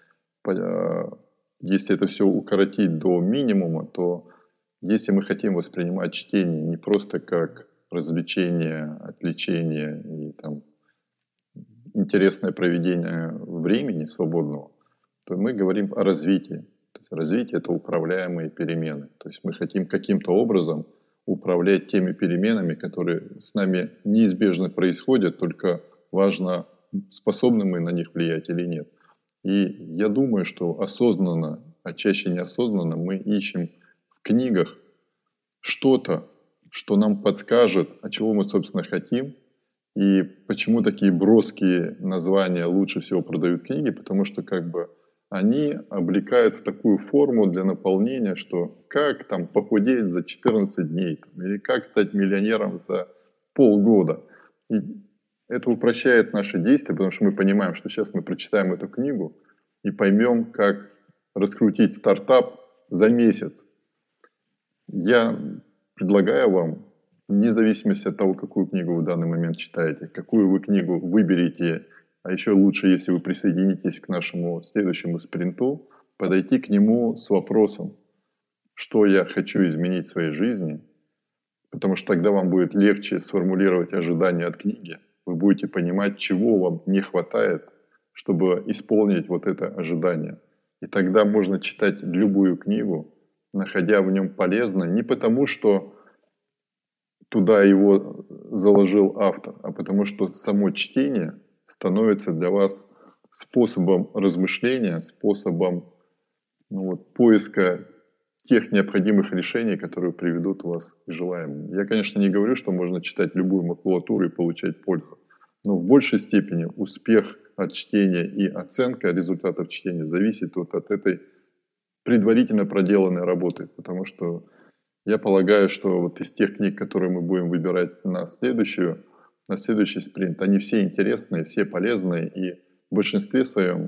если это все укоротить до минимума, то если мы хотим воспринимать чтение не просто как развлечение, отвлечение и там, интересное проведение времени свободного, то мы говорим о развитии. То есть развитие – это управляемые перемены. То есть мы хотим каким-то образом управлять теми переменами, которые с нами неизбежно происходят, только важно, способны мы на них влиять или нет. И я думаю, что осознанно, а чаще неосознанно, мы ищем в книгах что-то, что нам подскажет, а чего мы, собственно, хотим. И почему такие броские названия лучше всего продают книги? Потому что как бы они облекают в такую форму для наполнения, что как там похудеть за четырнадцать дней, там, или как стать миллионером за полгода. И это упрощает наши действия, потому что мы понимаем, что сейчас мы прочитаем эту книгу и поймем, как раскрутить стартап за месяц. Я предлагаю вам, вне зависимости от того, какую книгу вы в данный момент читаете, какую вы книгу выберете, а еще лучше, если вы присоединитесь к нашему следующему спринту, подойти к нему с вопросом, что я хочу изменить в своей жизни, потому что тогда вам будет легче сформулировать ожидания от книги, вы будете понимать, чего вам не хватает, чтобы исполнить вот это ожидание. И тогда можно читать любую книгу, находя в нем полезное, не потому что туда его заложил автор, а потому что само чтение становится для вас способом размышления, способом ну, вот, поиска тех необходимых решений, которые приведут вас к желаемому. Я, конечно, не говорю, что можно читать любую макулатуру и получать пользу, но в большей степени успех от чтения и оценка результатов чтения зависит вот от этой предварительно проделанной работы, потому что я полагаю, что вот из тех книг, которые мы будем выбирать на следующую, на следующий спринт, они все интересные, все полезные, и в большинстве своем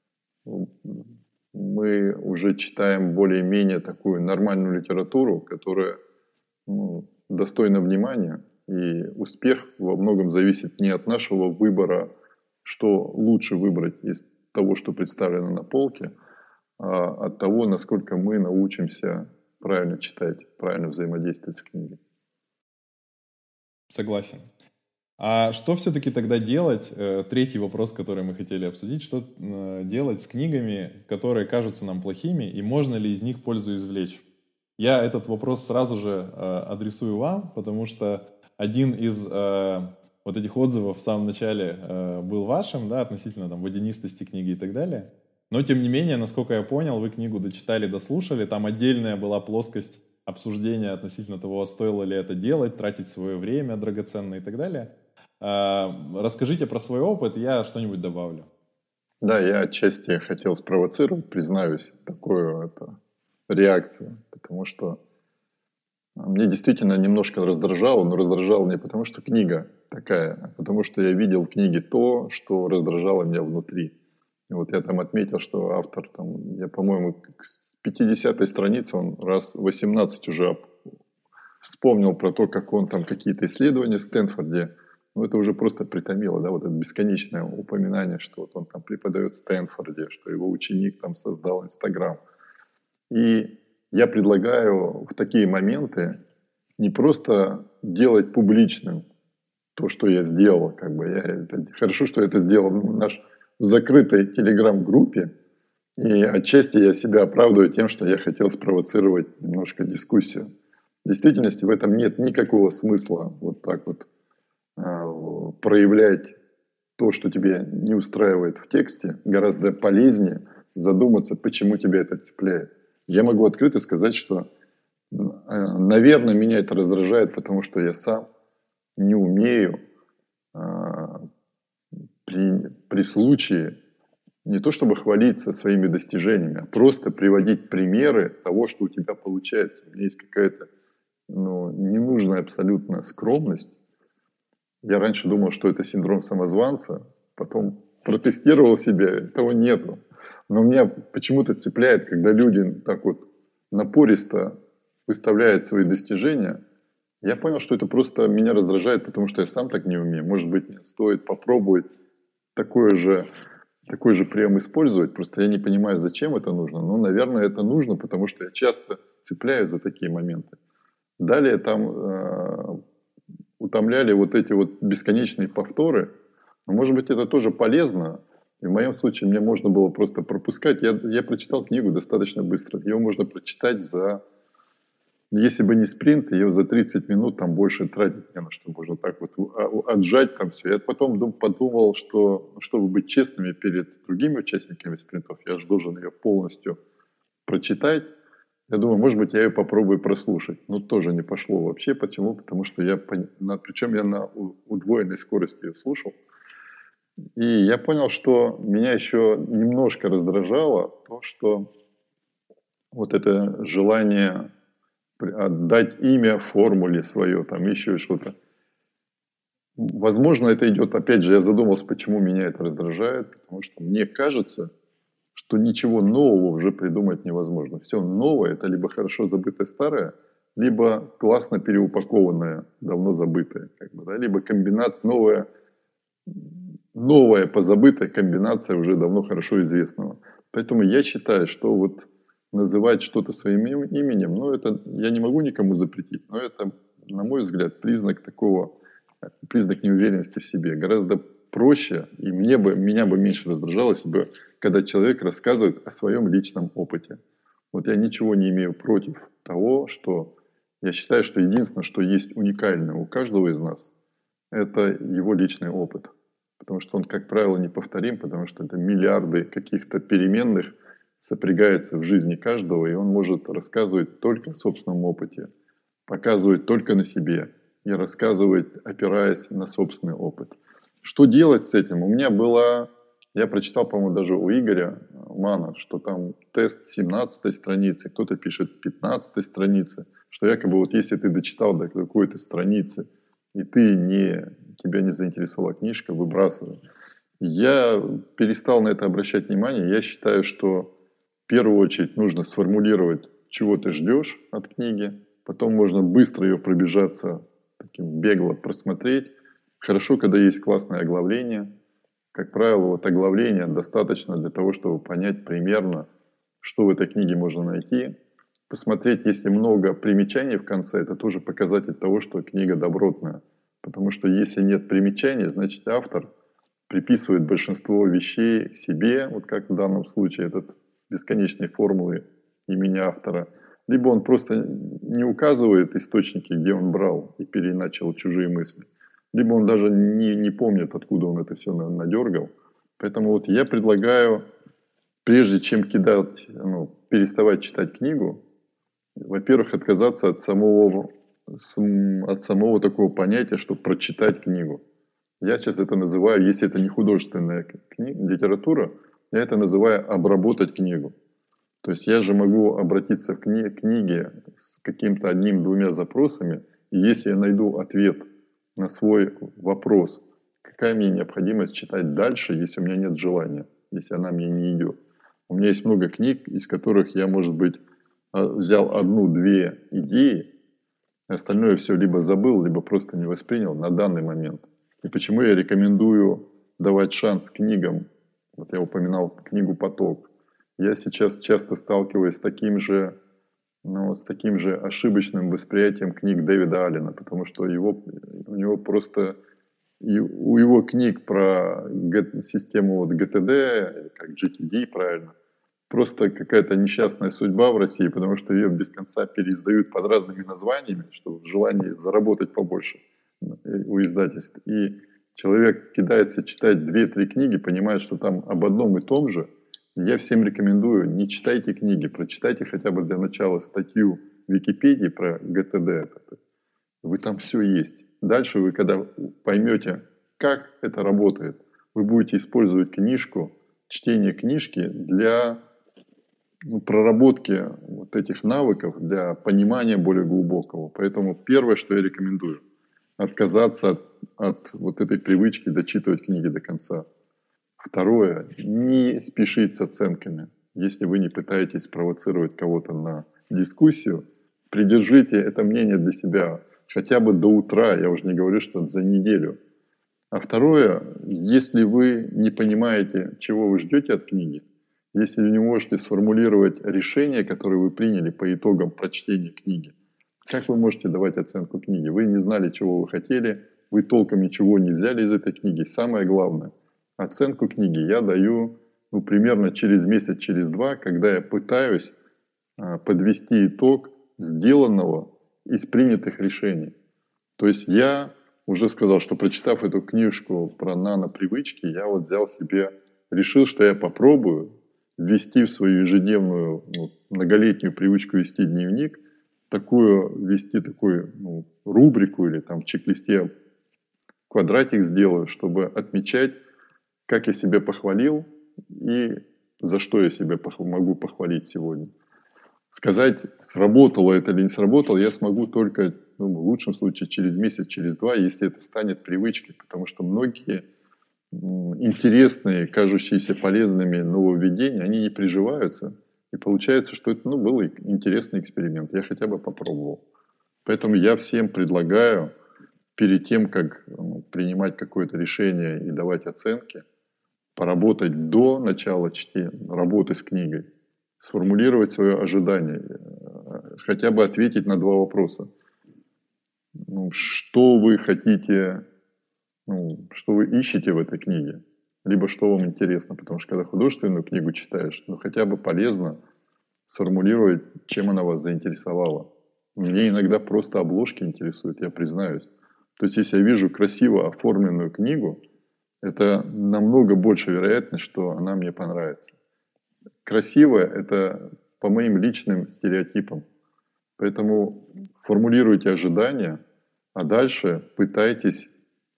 мы уже читаем более-менее такую нормальную литературу, которая ну, достойна внимания, и успех во многом зависит не от нашего выбора, что лучше выбрать из того, что представлено на полке, а от того, насколько мы научимся правильно читать, правильно взаимодействовать с книгой. Согласен. А что все-таки тогда делать? Третий вопрос, который мы хотели обсудить. Что делать с книгами, которые кажутся нам плохими, и можно ли из них пользу извлечь? Я этот вопрос сразу же адресую вам, потому что один из вот этих отзывов в самом начале был вашим, да, относительно там, водянистости книги и так далее. Но, тем не менее, насколько я понял, вы книгу дочитали, дослушали. Там отдельная была плоскость обсуждения относительно того, стоило ли это делать, тратить свое время драгоценное и так далее. Расскажите про свой опыт, я что-нибудь добавлю. Да, я отчасти хотел спровоцировать, признаюсь, такую это, реакцию, потому что мне действительно немножко раздражало, но раздражало не потому, что книга такая, а потому что я видел в книге то, что раздражало меня внутри. И вот я там отметил, что автор, там, я, по-моему, с пятидесятой страницы он раз восемнадцать уже вспомнил про то, как он там какие-то исследования в Стэнфорде. Ну, это уже просто притомило, да, вот это бесконечное упоминание, что вот он там преподает в Стэнфорде, что его ученик там создал Инстаграм. И я предлагаю в такие моменты не просто делать публичным то, что я сделал. Как бы я, это, хорошо, что я это сделал в наш в закрытой телеграм-группе. И отчасти я себя оправдываю тем, что я хотел спровоцировать немножко дискуссию. В действительности в этом нет никакого смысла вот так вот э, проявлять то, что тебе не устраивает в тексте. Гораздо полезнее задуматься, почему тебя это цепляет. Я могу открыто сказать, что, э, наверное, меня это раздражает, потому что я сам не умею э, при, при случае не то чтобы хвалиться своими достижениями, а просто приводить примеры того, что у тебя получается. У меня есть какая-то ну, ненужная абсолютно скромность. Я раньше думал, что это синдром самозванца, потом протестировал себя, этого нету. Но меня почему-то цепляет, когда люди так вот напористо выставляют свои достижения. Я понял, что это просто меня раздражает, потому что я сам так не умею. Может быть, мне стоит попробовать такое же, такой же прием использовать. Просто я не понимаю, зачем это нужно. Но, наверное, это нужно, потому что я часто цепляюсь за такие моменты. Далее там э, утомляли вот эти вот бесконечные повторы. Но, может быть, это тоже полезно. И в моем случае мне можно было просто пропускать. Я, я прочитал книгу достаточно быстро. Ее можно прочитать за... Если бы не спринт, ее за тридцать минут там больше тратить не на что. Можно так вот отжать там все. Я потом подумал, что чтобы быть честными перед другими участниками спринтов, я же должен ее полностью прочитать. Я думаю, может быть, я ее попробую прослушать. Но тоже не пошло вообще. Почему? Потому что я... Причем я на удвоенной скорости ее слушал. И я понял, что меня еще немножко раздражало то, что вот это желание отдать имя формуле свое, там еще что-то. Возможно, это идет, опять же, я задумался, почему меня это раздражает, потому что мне кажется, что ничего нового уже придумать невозможно. Все новое – это либо хорошо забытое старое, либо классно переупакованное, давно забытое. Как бы, да? Либо комбинация новая, новая позабытая комбинация уже давно хорошо известного. Поэтому я считаю, что вот называть что-то своим именем, ну, это я не могу никому запретить, но это, на мой взгляд, признак такого, признак неуверенности в себе. Гораздо проще, и мне бы, меня бы меньше раздражало, если бы, когда человек рассказывает о своем личном опыте. Вот я ничего не имею против того, что я считаю, что единственное, что есть уникальное у каждого из нас, это его личный опыт. Потому что он, как правило, неповторим, потому что это миллиарды каких-то переменных сопрягается в жизни каждого, и он может рассказывать только о собственном опыте, показывать только на себе и рассказывать, опираясь на собственный опыт. Что делать с этим? У меня была, я прочитал, по-моему, даже у Игоря Мана, что там тест семнадцатой страницы, кто-то пишет пятнадцатой страницы, что якобы вот если ты дочитал до какой-то страницы, и ты не, тебя не заинтересовала книжка, выбрасывай. Я перестал на это обращать внимание. Я считаю, что в первую очередь нужно сформулировать, чего ты ждешь от книги. Потом можно быстро ее пробежаться, таким бегло просмотреть. Хорошо, когда есть классное оглавление. Как правило, вот оглавление достаточно для того, чтобы понять примерно, что в этой книге можно найти. Посмотреть, если много примечаний в конце, это тоже показатель того, что книга добротная. Потому что если нет примечаний, значит автор приписывает большинство вещей себе, вот как в данном случае этот бесконечной формулы имени автора, либо он просто не указывает источники, где он брал и переиначил чужие мысли, либо он даже не, не помнит, откуда он это все надергал. Поэтому вот я предлагаю, прежде чем кидать, ну, переставать читать книгу, во-первых, отказаться от самого, от самого такого понятия, что прочитать книгу. Я сейчас это называю, если это не художественная книга, литература, я это называю обработать книгу. То есть я же могу обратиться к кни- книге с каким-то одним-двумя запросами, и если я найду ответ на свой вопрос, какая мне необходимость читать дальше, если у меня нет желания, если она мне не идет. У меня есть много книг, из которых я, может быть, взял одну-две идеи, остальное все либо забыл, либо просто не воспринял на данный момент. И почему я рекомендую давать шанс книгам? Вот я упоминал книгу «Поток». Я сейчас часто сталкиваюсь с таким же но с таким же ошибочным восприятием книг Дэвида Аллена, потому что его, у него просто и у его книг про гэ- систему вот джи ти ди, как джи ти ди правильно, просто какая-то несчастная судьба в России, потому что ее без конца переиздают под разными названиями, что в желании заработать побольше у издательств. И человек кидается читать две-три книги, понимает, что там об одном и том же. Я всем рекомендую, не читайте книги, прочитайте хотя бы для начала статью в Википедии про джи ти ди. Вы там все есть. Дальше вы, когда поймете, как это работает, вы будете использовать книжку, чтение книжки для ну, проработки вот этих навыков, для понимания более глубокого. Поэтому первое, что я рекомендую, отказаться от, от вот этой привычки дочитывать книги до конца. Второе, не спешить с оценками. Если вы не пытаетесь спровоцировать кого-то на дискуссию, придержите это мнение для себя хотя бы до утра, я уже не говорю, что за неделю. А второе, если вы не понимаете, чего вы ждете от книги, если вы не можете сформулировать решение, которое вы приняли по итогам прочтения книги, как вы можете давать оценку книге? Вы не знали, чего вы хотели, вы толком ничего не взяли из этой книги. Самое главное, оценку книги я даю ну, примерно через месяц, через два, когда я пытаюсь а, подвести итог сделанного из принятых решений. То есть я уже сказал, что прочитав эту книжку про нано-привычки, я вот взял себе, решил, что я попробую ввести в свою ежедневную ну, многолетнюю привычку вести дневник, такую, ввести такую ну, рубрику или там в чек-листе квадратик сделаю, чтобы отмечать, как я себя похвалил и за что я себя пох- могу похвалить сегодня. Сказать, сработало это или не сработало, я смогу только, ну, в лучшем случае, через месяц, через два, если это станет привычкой. Потому что многие м, интересные, кажущиеся полезными нововведения, они не приживаются. И получается, что это ну, был интересный эксперимент. Я хотя бы попробовал. Поэтому я всем предлагаю, перед тем, как ну, принимать какое-то решение и давать оценки, поработать до начала чтения, работы с книгой, сформулировать свое ожидание, хотя бы ответить на два вопроса. Ну, что вы хотите, ну, что вы ищете в этой книге, либо что вам интересно, потому что когда художественную книгу читаешь, ну, хотя бы полезно сформулировать, чем она вас заинтересовала. Мне иногда просто обложки интересуют, я признаюсь. То есть, если я вижу красиво оформленную книгу, это намного больше вероятность, что она мне понравится. Красивое – это по моим личным стереотипам. Поэтому формулируйте ожидания, а дальше пытайтесь,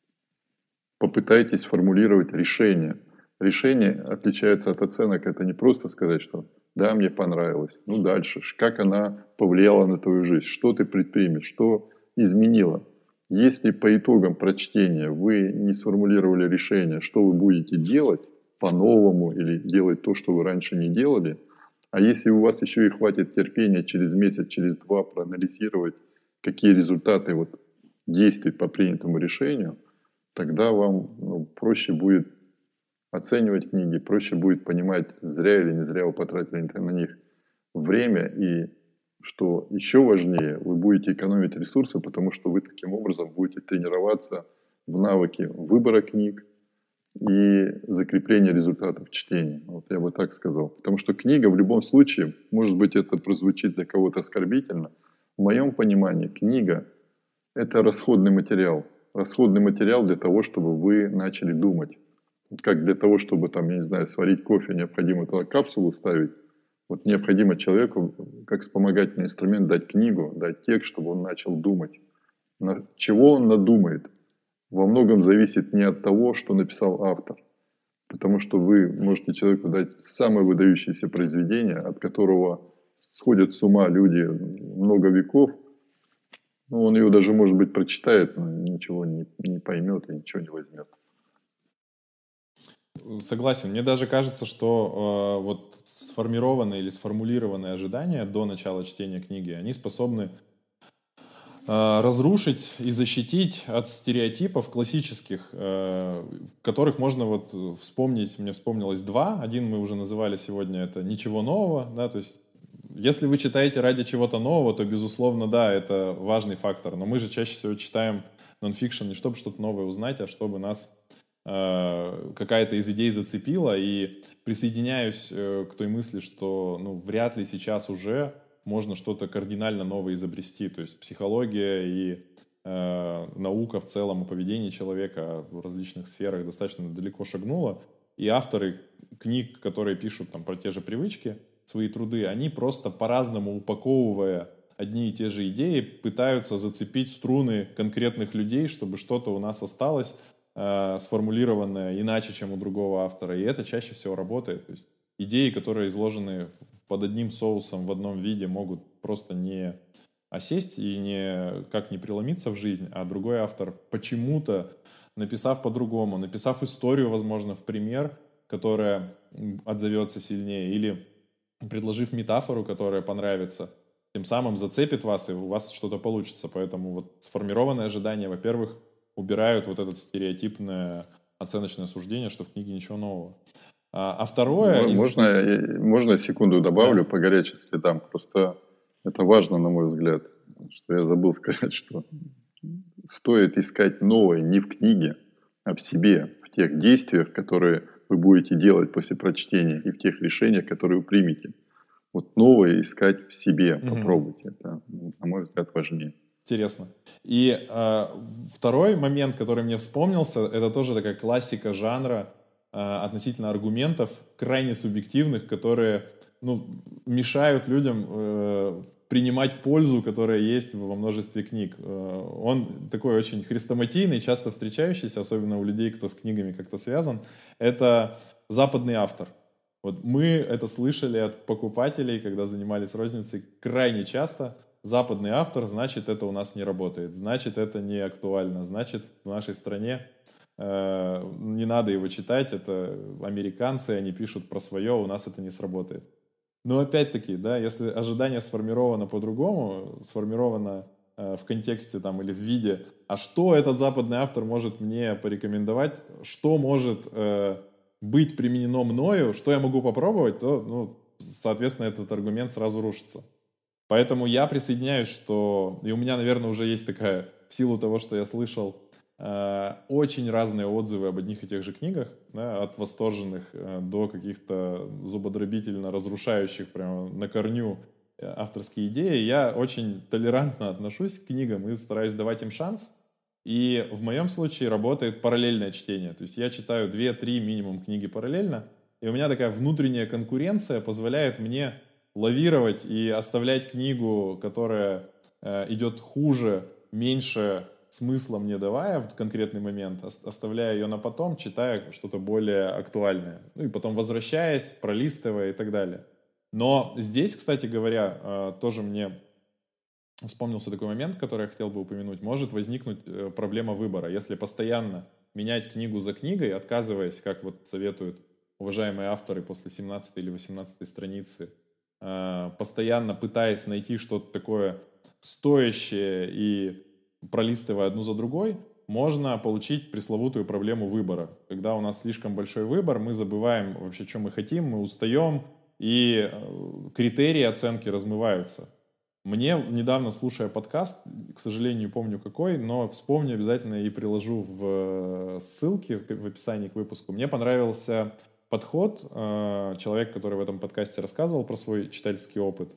попытайтесь формулировать решение. Решение отличается от оценок. Это не просто сказать, что да, мне понравилось. Ну дальше, как она повлияла на твою жизнь, что ты предпримешь, что изменило. Если по итогам прочтения вы не сформулировали решение, что вы будете делать по-новому или делать то, что вы раньше не делали, а если у вас еще и хватит терпения через месяц, через два проанализировать, какие результаты вот действий по принятому решению, тогда вам ну, проще будет оценивать книги, проще будет понимать, зря или не зря вы потратили на них время и что еще важнее, вы будете экономить ресурсы, потому что вы таким образом будете тренироваться в навыке выбора книг и закрепления результатов чтения. Вот я бы так сказал. Потому что книга в любом случае, может быть, это прозвучит для кого-то оскорбительно, в моем понимании книга – это расходный материал. Расходный материал для того, чтобы вы начали думать. Вот как для того, чтобы, там, я не знаю, сварить кофе, необходимо туда капсулу ставить. Вот необходимо человеку, как вспомогательный инструмент, дать книгу, дать текст, чтобы он начал думать. На чего он надумает, во многом зависит не от того, что написал автор. Потому что вы можете человеку дать самое выдающееся произведение, от которого сходят с ума люди много веков. Ну, он ее даже, может быть, прочитает, но ничего не, не поймет и ничего не возьмет. Согласен. Мне даже кажется, что э, вот сформированные или сформулированные ожидания до начала чтения книги, они способны э, разрушить и защитить от стереотипов классических, э, которых можно вот вспомнить. Мне вспомнилось два. Один мы уже называли сегодня, это «Ничего нового», да, то есть если вы читаете ради чего-то нового, то, безусловно, да, это важный фактор. Но мы же чаще всего читаем нонфикшн не чтобы что-то новое узнать, а чтобы нас э, какая-то из идей зацепила. И присоединяюсь э, к той мысли, что ну, вряд ли сейчас уже можно что-то кардинально новое изобрести. То есть психология и э, наука в целом о поведении человека в различных сферах достаточно далеко шагнула. И авторы книг, которые пишут там, про те же привычки, свои труды, они просто по-разному упаковывая одни и те же идеи, пытаются зацепить струны конкретных людей, чтобы что-то у нас осталось э, сформулированное иначе, чем у другого автора. И это чаще всего работает. То есть идеи, которые изложены под одним соусом в одном виде, могут просто не осесть и не, как не преломиться в жизнь, а другой автор почему-то, написав по-другому, написав историю, возможно, в пример, которая отзовется сильнее, или предложив метафору, которая понравится, тем самым зацепит вас, и у вас что-то получится. Поэтому вот сформированные ожидания, во-первых, убирают вот это стереотипное оценочное суждение, что в книге ничего нового. А, а второе... Можно, из... можно секунду добавлю, да, по горячим следам? Просто это важно, на мой взгляд, что я забыл сказать, что стоит искать новое не в книге, а в себе, в тех действиях, которые вы будете делать после прочтения, и в тех решениях, которые вы примете. Вот новое искать в себе, угу. Попробуйте. Это, на мой взгляд, важнее. Интересно. И э, второй момент, который мне вспомнился, это тоже такая классика жанра э, относительно аргументов, крайне субъективных, которые ну, мешают людям э, принимать пользу, которая есть во множестве книг. Э, он такой очень хрестоматийный, часто встречающийся, особенно у людей, кто с книгами как-то связан. Это западный автор. Вот мы это слышали от покупателей, когда занимались розницей, крайне часто. Западный автор, значит, это у нас не работает, значит, это не актуально, значит, в нашей стране э, не надо его читать, это американцы, они пишут про свое, у нас это не сработает. Но опять-таки, да, если ожидание сформировано по-другому, сформировано э, в контексте там, или в виде, а что этот западный автор может мне порекомендовать, что может э, быть применено мною, что я могу попробовать, то, ну, соответственно, этот аргумент сразу рушится. Поэтому я присоединяюсь, что... И у меня, наверное, уже есть такая, в силу того, что я слышал, э, очень разные отзывы об одних и тех же книгах, да, от восторженных э, до каких-то зубодробительно разрушающих прямо на корню э, авторские идеи. Я очень толерантно отношусь к книгам и стараюсь давать им шанс. И в моем случае работает параллельное чтение. То есть я читаю две-три минимум книги параллельно, и у меня такая внутренняя конкуренция позволяет мне лавировать и оставлять книгу, которая э, идет хуже, меньше смысла мне давая в конкретный момент, оставляя ее на потом, читая что-то более актуальное. Ну и потом возвращаясь, пролистывая и так далее. Но здесь, кстати говоря, э, тоже мне вспомнился такой момент, который я хотел бы упомянуть. Может возникнуть э, проблема выбора. Если постоянно менять книгу за книгой, отказываясь, как вот советуют уважаемые авторы после семнадцатой или восемнадцатой страницы, постоянно пытаясь найти что-то такое стоящее и пролистывая одну за другой, можно получить пресловутую проблему выбора. Когда у нас слишком большой выбор, мы забываем вообще, что мы хотим, мы устаем, и критерии оценки размываются. Мне недавно, слушая подкаст, к сожалению, не помню какой, но вспомню обязательно и приложу в ссылки в описании к выпуску. Мне понравился подход, человек, который в этом подкасте рассказывал про свой читательский опыт,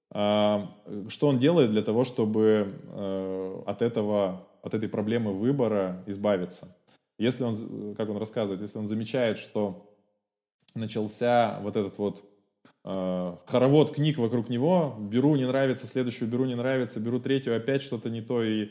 что он делает для того, чтобы от этого, от этой проблемы выбора избавиться. Если он, как он рассказывает, если он замечает, что начался вот этот вот хоровод книг вокруг него, беру, не нравится, следующую беру, не нравится, беру третью, опять что-то не то, и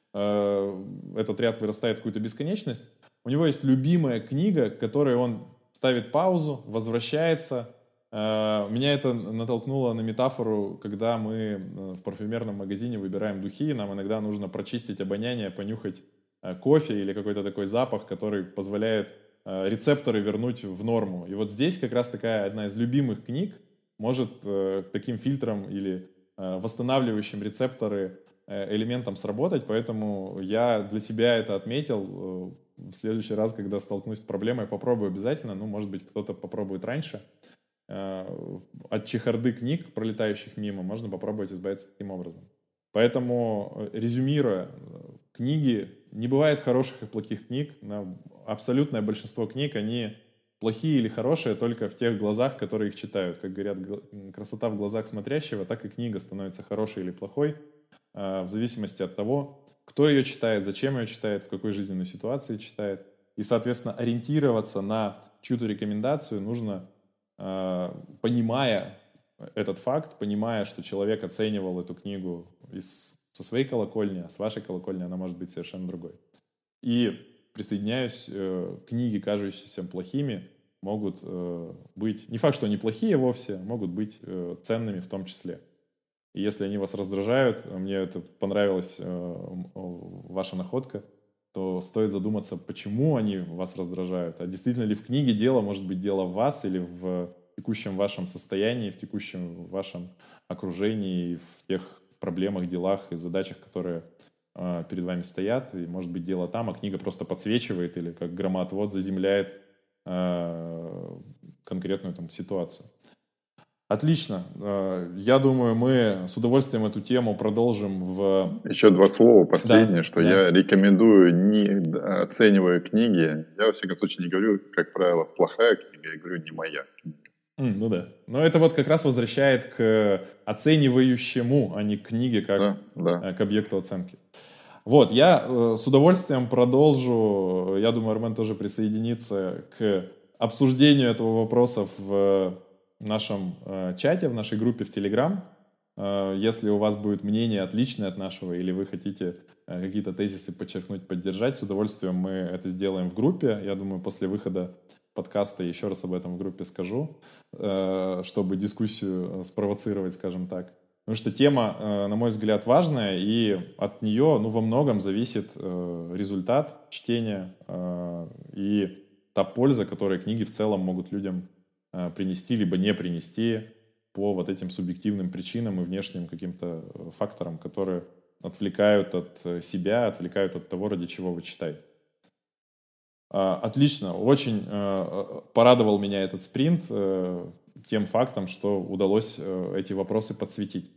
этот ряд вырастает в какую-то бесконечность, у него есть любимая книга, которой он ставит паузу, возвращается. Меня это натолкнуло на метафору, когда мы в парфюмерном магазине выбираем духи, нам иногда нужно прочистить обоняние, понюхать кофе или какой-то такой запах, который позволяет рецепторы вернуть в норму. И вот здесь как раз такая одна из любимых книг может таким фильтром или восстанавливающим рецепторы элементом сработать, поэтому я для себя это отметил. В следующий раз, когда столкнусь с проблемой, попробую обязательно. Ну, может быть, кто-то попробует раньше. от чехарды книг, пролетающих мимо, можно попробовать избавиться таким образом. Поэтому, резюмируя, книги, не бывает хороших и плохих книг. Абсолютное большинство книг, они плохие или хорошие только в тех глазах, которые их читают. Как говорят, красота в глазах смотрящего, так и книга становится хорошей или плохой в зависимости от того, кто ее читает, зачем ее читает, в какой жизненной ситуации читает. И, соответственно, ориентироваться на чью-то рекомендацию нужно, понимая этот факт, понимая, что человек оценивал эту книгу из, со своей колокольни, а с вашей колокольни она может быть совершенно другой. И присоединяюсь, э, книги, кажущиеся плохими, могут э, быть, не факт, что они плохие вовсе, могут быть э, ценными в том числе. И если они вас раздражают, мне это понравилась э, ваша находка, то стоит задуматься, почему они вас раздражают. А действительно ли в книге дело, может быть, дело в вас или в текущем вашем состоянии, в текущем вашем окружении, в тех проблемах, делах и задачах, которые э, перед вами стоят. И, может быть, дело там, а книга просто подсвечивает или как громоотвод заземляет э, конкретную там ситуацию. Отлично. Я думаю, мы с удовольствием эту тему продолжим в... Еще два слова последнее, да, что да. я рекомендую, не оценивая книги, я, во всяком случае, не говорю, как правило, плохая книга, я говорю, не моя книга. Mm, ну да. Но это вот как раз возвращает к оценивающему, а не к книге, как да, да. к объекту оценки. Вот, я э, с удовольствием продолжу, я думаю, Армен тоже присоединится к обсуждению этого вопроса в в нашем э, чате, в нашей группе в Telegram. Э, если у вас будет мнение отличное от нашего, или вы хотите э, какие-то тезисы подчеркнуть, поддержать, с удовольствием мы это сделаем в группе. Я думаю, после выхода подкаста еще раз об этом в группе скажу, э, чтобы дискуссию спровоцировать, скажем так. Потому что тема, э, на мой взгляд, важная, и от нее ну, во многом зависит э, результат чтения э, и та польза, которую книги в целом могут людям принести, либо не принести по вот этим субъективным причинам и внешним каким-то факторам, которые отвлекают от себя, отвлекают от того, ради чего вы читаете. Отлично. Очень порадовал меня этот спринт тем фактом, что удалось эти вопросы подсветить.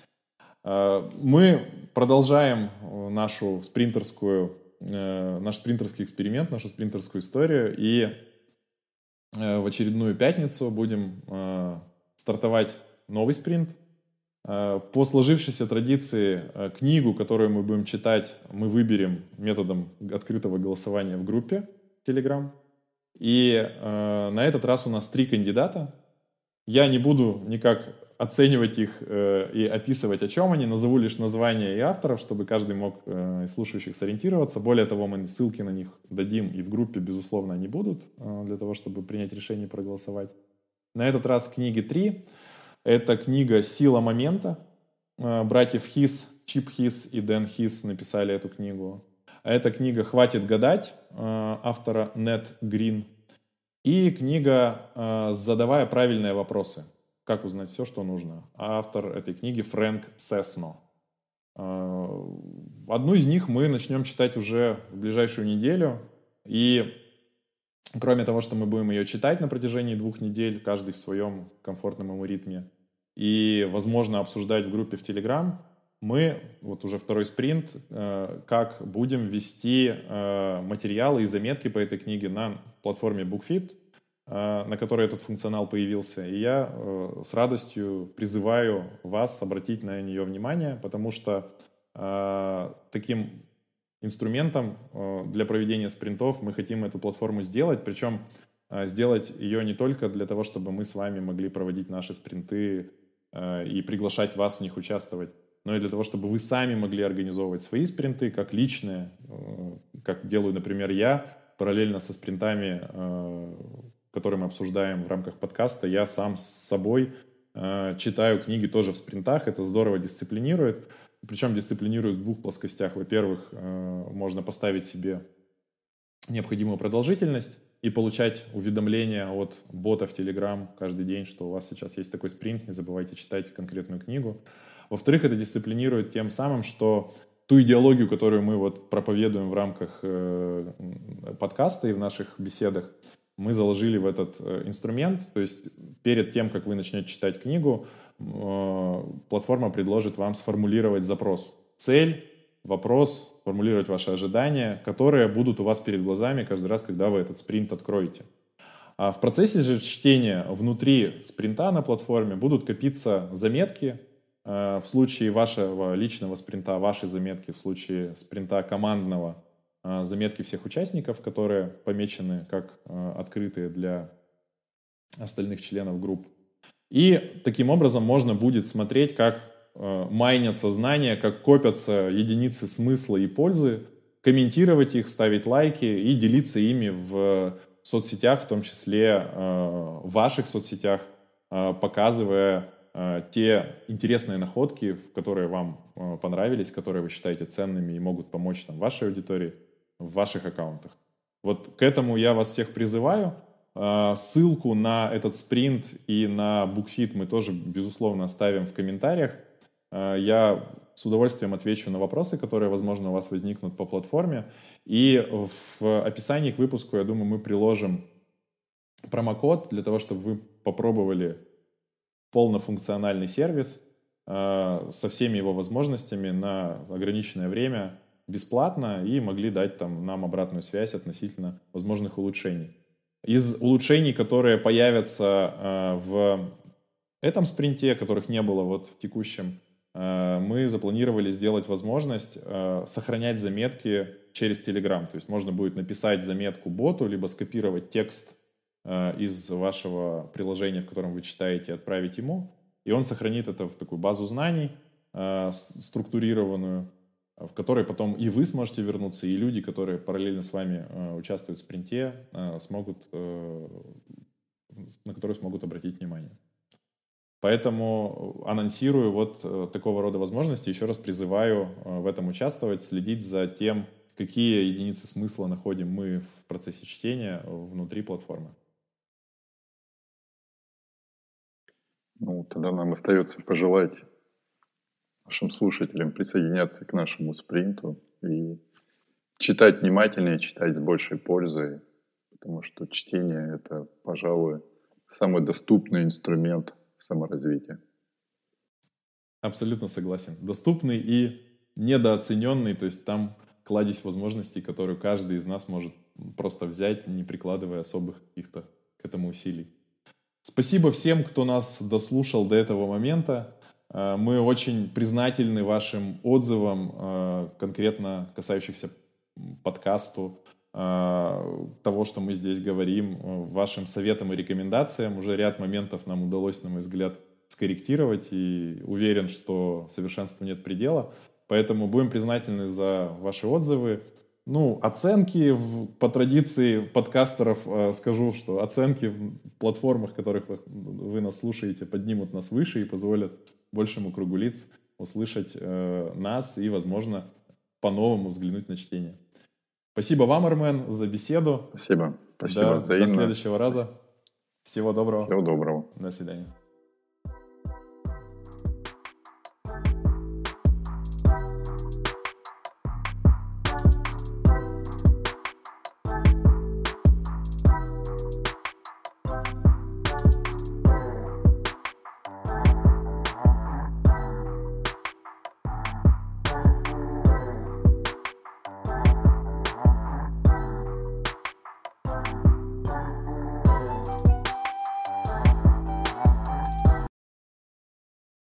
Мы продолжаем нашу спринтерскую, наш спринтерский эксперимент, нашу спринтерскую историю, и в очередную пятницу будем э, стартовать новый спринт. Э, по сложившейся традиции э, книгу, которую мы будем читать, мы выберем методом открытого голосования в группе Telegram. И э, на этот раз у нас три кандидата. Я не буду никак оценивать их э, и описывать, о чем они. Назову лишь названия и авторов, чтобы каждый мог э, из слушающих сориентироваться. Более того, мы ссылки на них дадим, и в группе, безусловно, они будут э, для того, чтобы принять решение и проголосовать. На этот раз книги три. Это книга «Сила момента». Э, братьев Хис, Чип Хис и Дэн Хис написали эту книгу. Это книга «Хватит гадать» э, автора Нет Грин. И книга «Задавая правильные вопросы». Как узнать все, что нужно. Автор этой книги Фрэнк Сесно. Одну из них мы начнем читать уже в ближайшую неделю. И кроме того, что мы будем ее читать на протяжении двух недель, каждый в своем комфортном ему ритме, и, возможно, обсуждать в группе в Telegram, мы, вот уже второй спринт, как будем вести материалы и заметки по этой книге на платформе BookFit, на которой этот функционал появился. И я э, с радостью призываю вас обратить на нее внимание, потому что э, таким инструментом э, для проведения спринтов мы хотим эту платформу сделать, причем э, сделать ее не только для того, чтобы мы с вами могли проводить наши спринты э, и приглашать вас в них участвовать, но и для того, чтобы вы сами могли организовывать свои спринты, как личные, э, как делаю, например, я, параллельно со спринтами, э, который мы обсуждаем в рамках подкаста, я сам с собой э, читаю книги тоже в спринтах. Это здорово дисциплинирует. Причем дисциплинирует в двух плоскостях. Во-первых, э, можно поставить себе необходимую продолжительность и получать уведомления от бота в Telegram каждый день, что у вас сейчас есть такой спринт, не забывайте читать конкретную книгу. Во-вторых, это дисциплинирует тем самым, что ту идеологию, которую мы вот проповедуем в рамках э, подкаста и в наших беседах, мы заложили в этот инструмент. То есть перед тем, как вы начнете читать книгу, платформа предложит вам сформулировать запрос. Цель, вопрос, формулировать ваши ожидания, которые будут у вас перед глазами каждый раз, когда вы этот спринт откроете. А в процессе же чтения внутри спринта на платформе будут копиться заметки. В случае вашего личного спринта, ваши заметки, в случае спринта командного, заметки всех участников, которые помечены как открытые для остальных членов групп. И таким образом можно будет смотреть, как майнятся знания, как копятся единицы смысла и пользы, комментировать их, ставить лайки и делиться ими в соцсетях, в том числе в ваших соцсетях, показывая те интересные находки, которые вам понравились, которые вы считаете ценными и могут помочь там, вашей аудитории в ваших аккаунтах. Вот к этому я вас всех призываю. Ссылку на этот спринт и на BookFit мы тоже, безусловно, оставим в комментариях. Я с удовольствием отвечу на вопросы, которые, возможно, у вас возникнут по платформе. И в описании к выпуску, я думаю, мы приложим промокод для того, чтобы вы попробовали полнофункциональный сервис со всеми его возможностями на ограниченное время бесплатно и могли дать там, нам обратную связь относительно возможных улучшений. Из улучшений, которые появятся в этом спринте, которых не было вот в текущем, мы запланировали сделать возможность сохранять заметки через Telegram. То есть можно будет написать заметку боту, либо скопировать текст из вашего приложения, в котором вы читаете, и отправить ему. И он сохранит это в такую базу знаний структурированную, в которой потом и вы сможете вернуться, и люди, которые параллельно с вами участвуют в спринте, смогут, на которые смогут обратить внимание. Поэтому анонсирую вот такого рода возможности. Еще раз призываю в этом участвовать, следить за тем, какие единицы смысла находим мы в процессе чтения внутри платформы. Ну, тогда нам остается пожелать нашим слушателям присоединяться к нашему спринту и читать внимательнее, читать с большей пользой, потому что чтение — это, пожалуй, самый доступный инструмент саморазвития. Абсолютно согласен. Доступный и недооцененный, то есть там кладезь возможностей, которую каждый из нас может просто взять, не прикладывая особых каких-то к этому усилий. Спасибо всем, кто нас дослушал до этого момента. Мы очень признательны вашим отзывам, конкретно касающихся подкасту, того, что мы здесь говорим, вашим советам и рекомендациям. Уже ряд моментов нам удалось, на мой взгляд, скорректировать, и уверен, что совершенству нет предела. Поэтому будем признательны за ваши отзывы. Ну, оценки в, по традиции подкастеров э, скажу, что оценки в платформах, в которых вы, вы нас слушаете, поднимут нас выше и позволят большему кругу лиц услышать э, нас и, возможно, по-новому взглянуть на чтение. Спасибо вам, Армен, за беседу. Спасибо. Спасибо. До, до следующего раза. Всего доброго. Всего доброго. До свидания.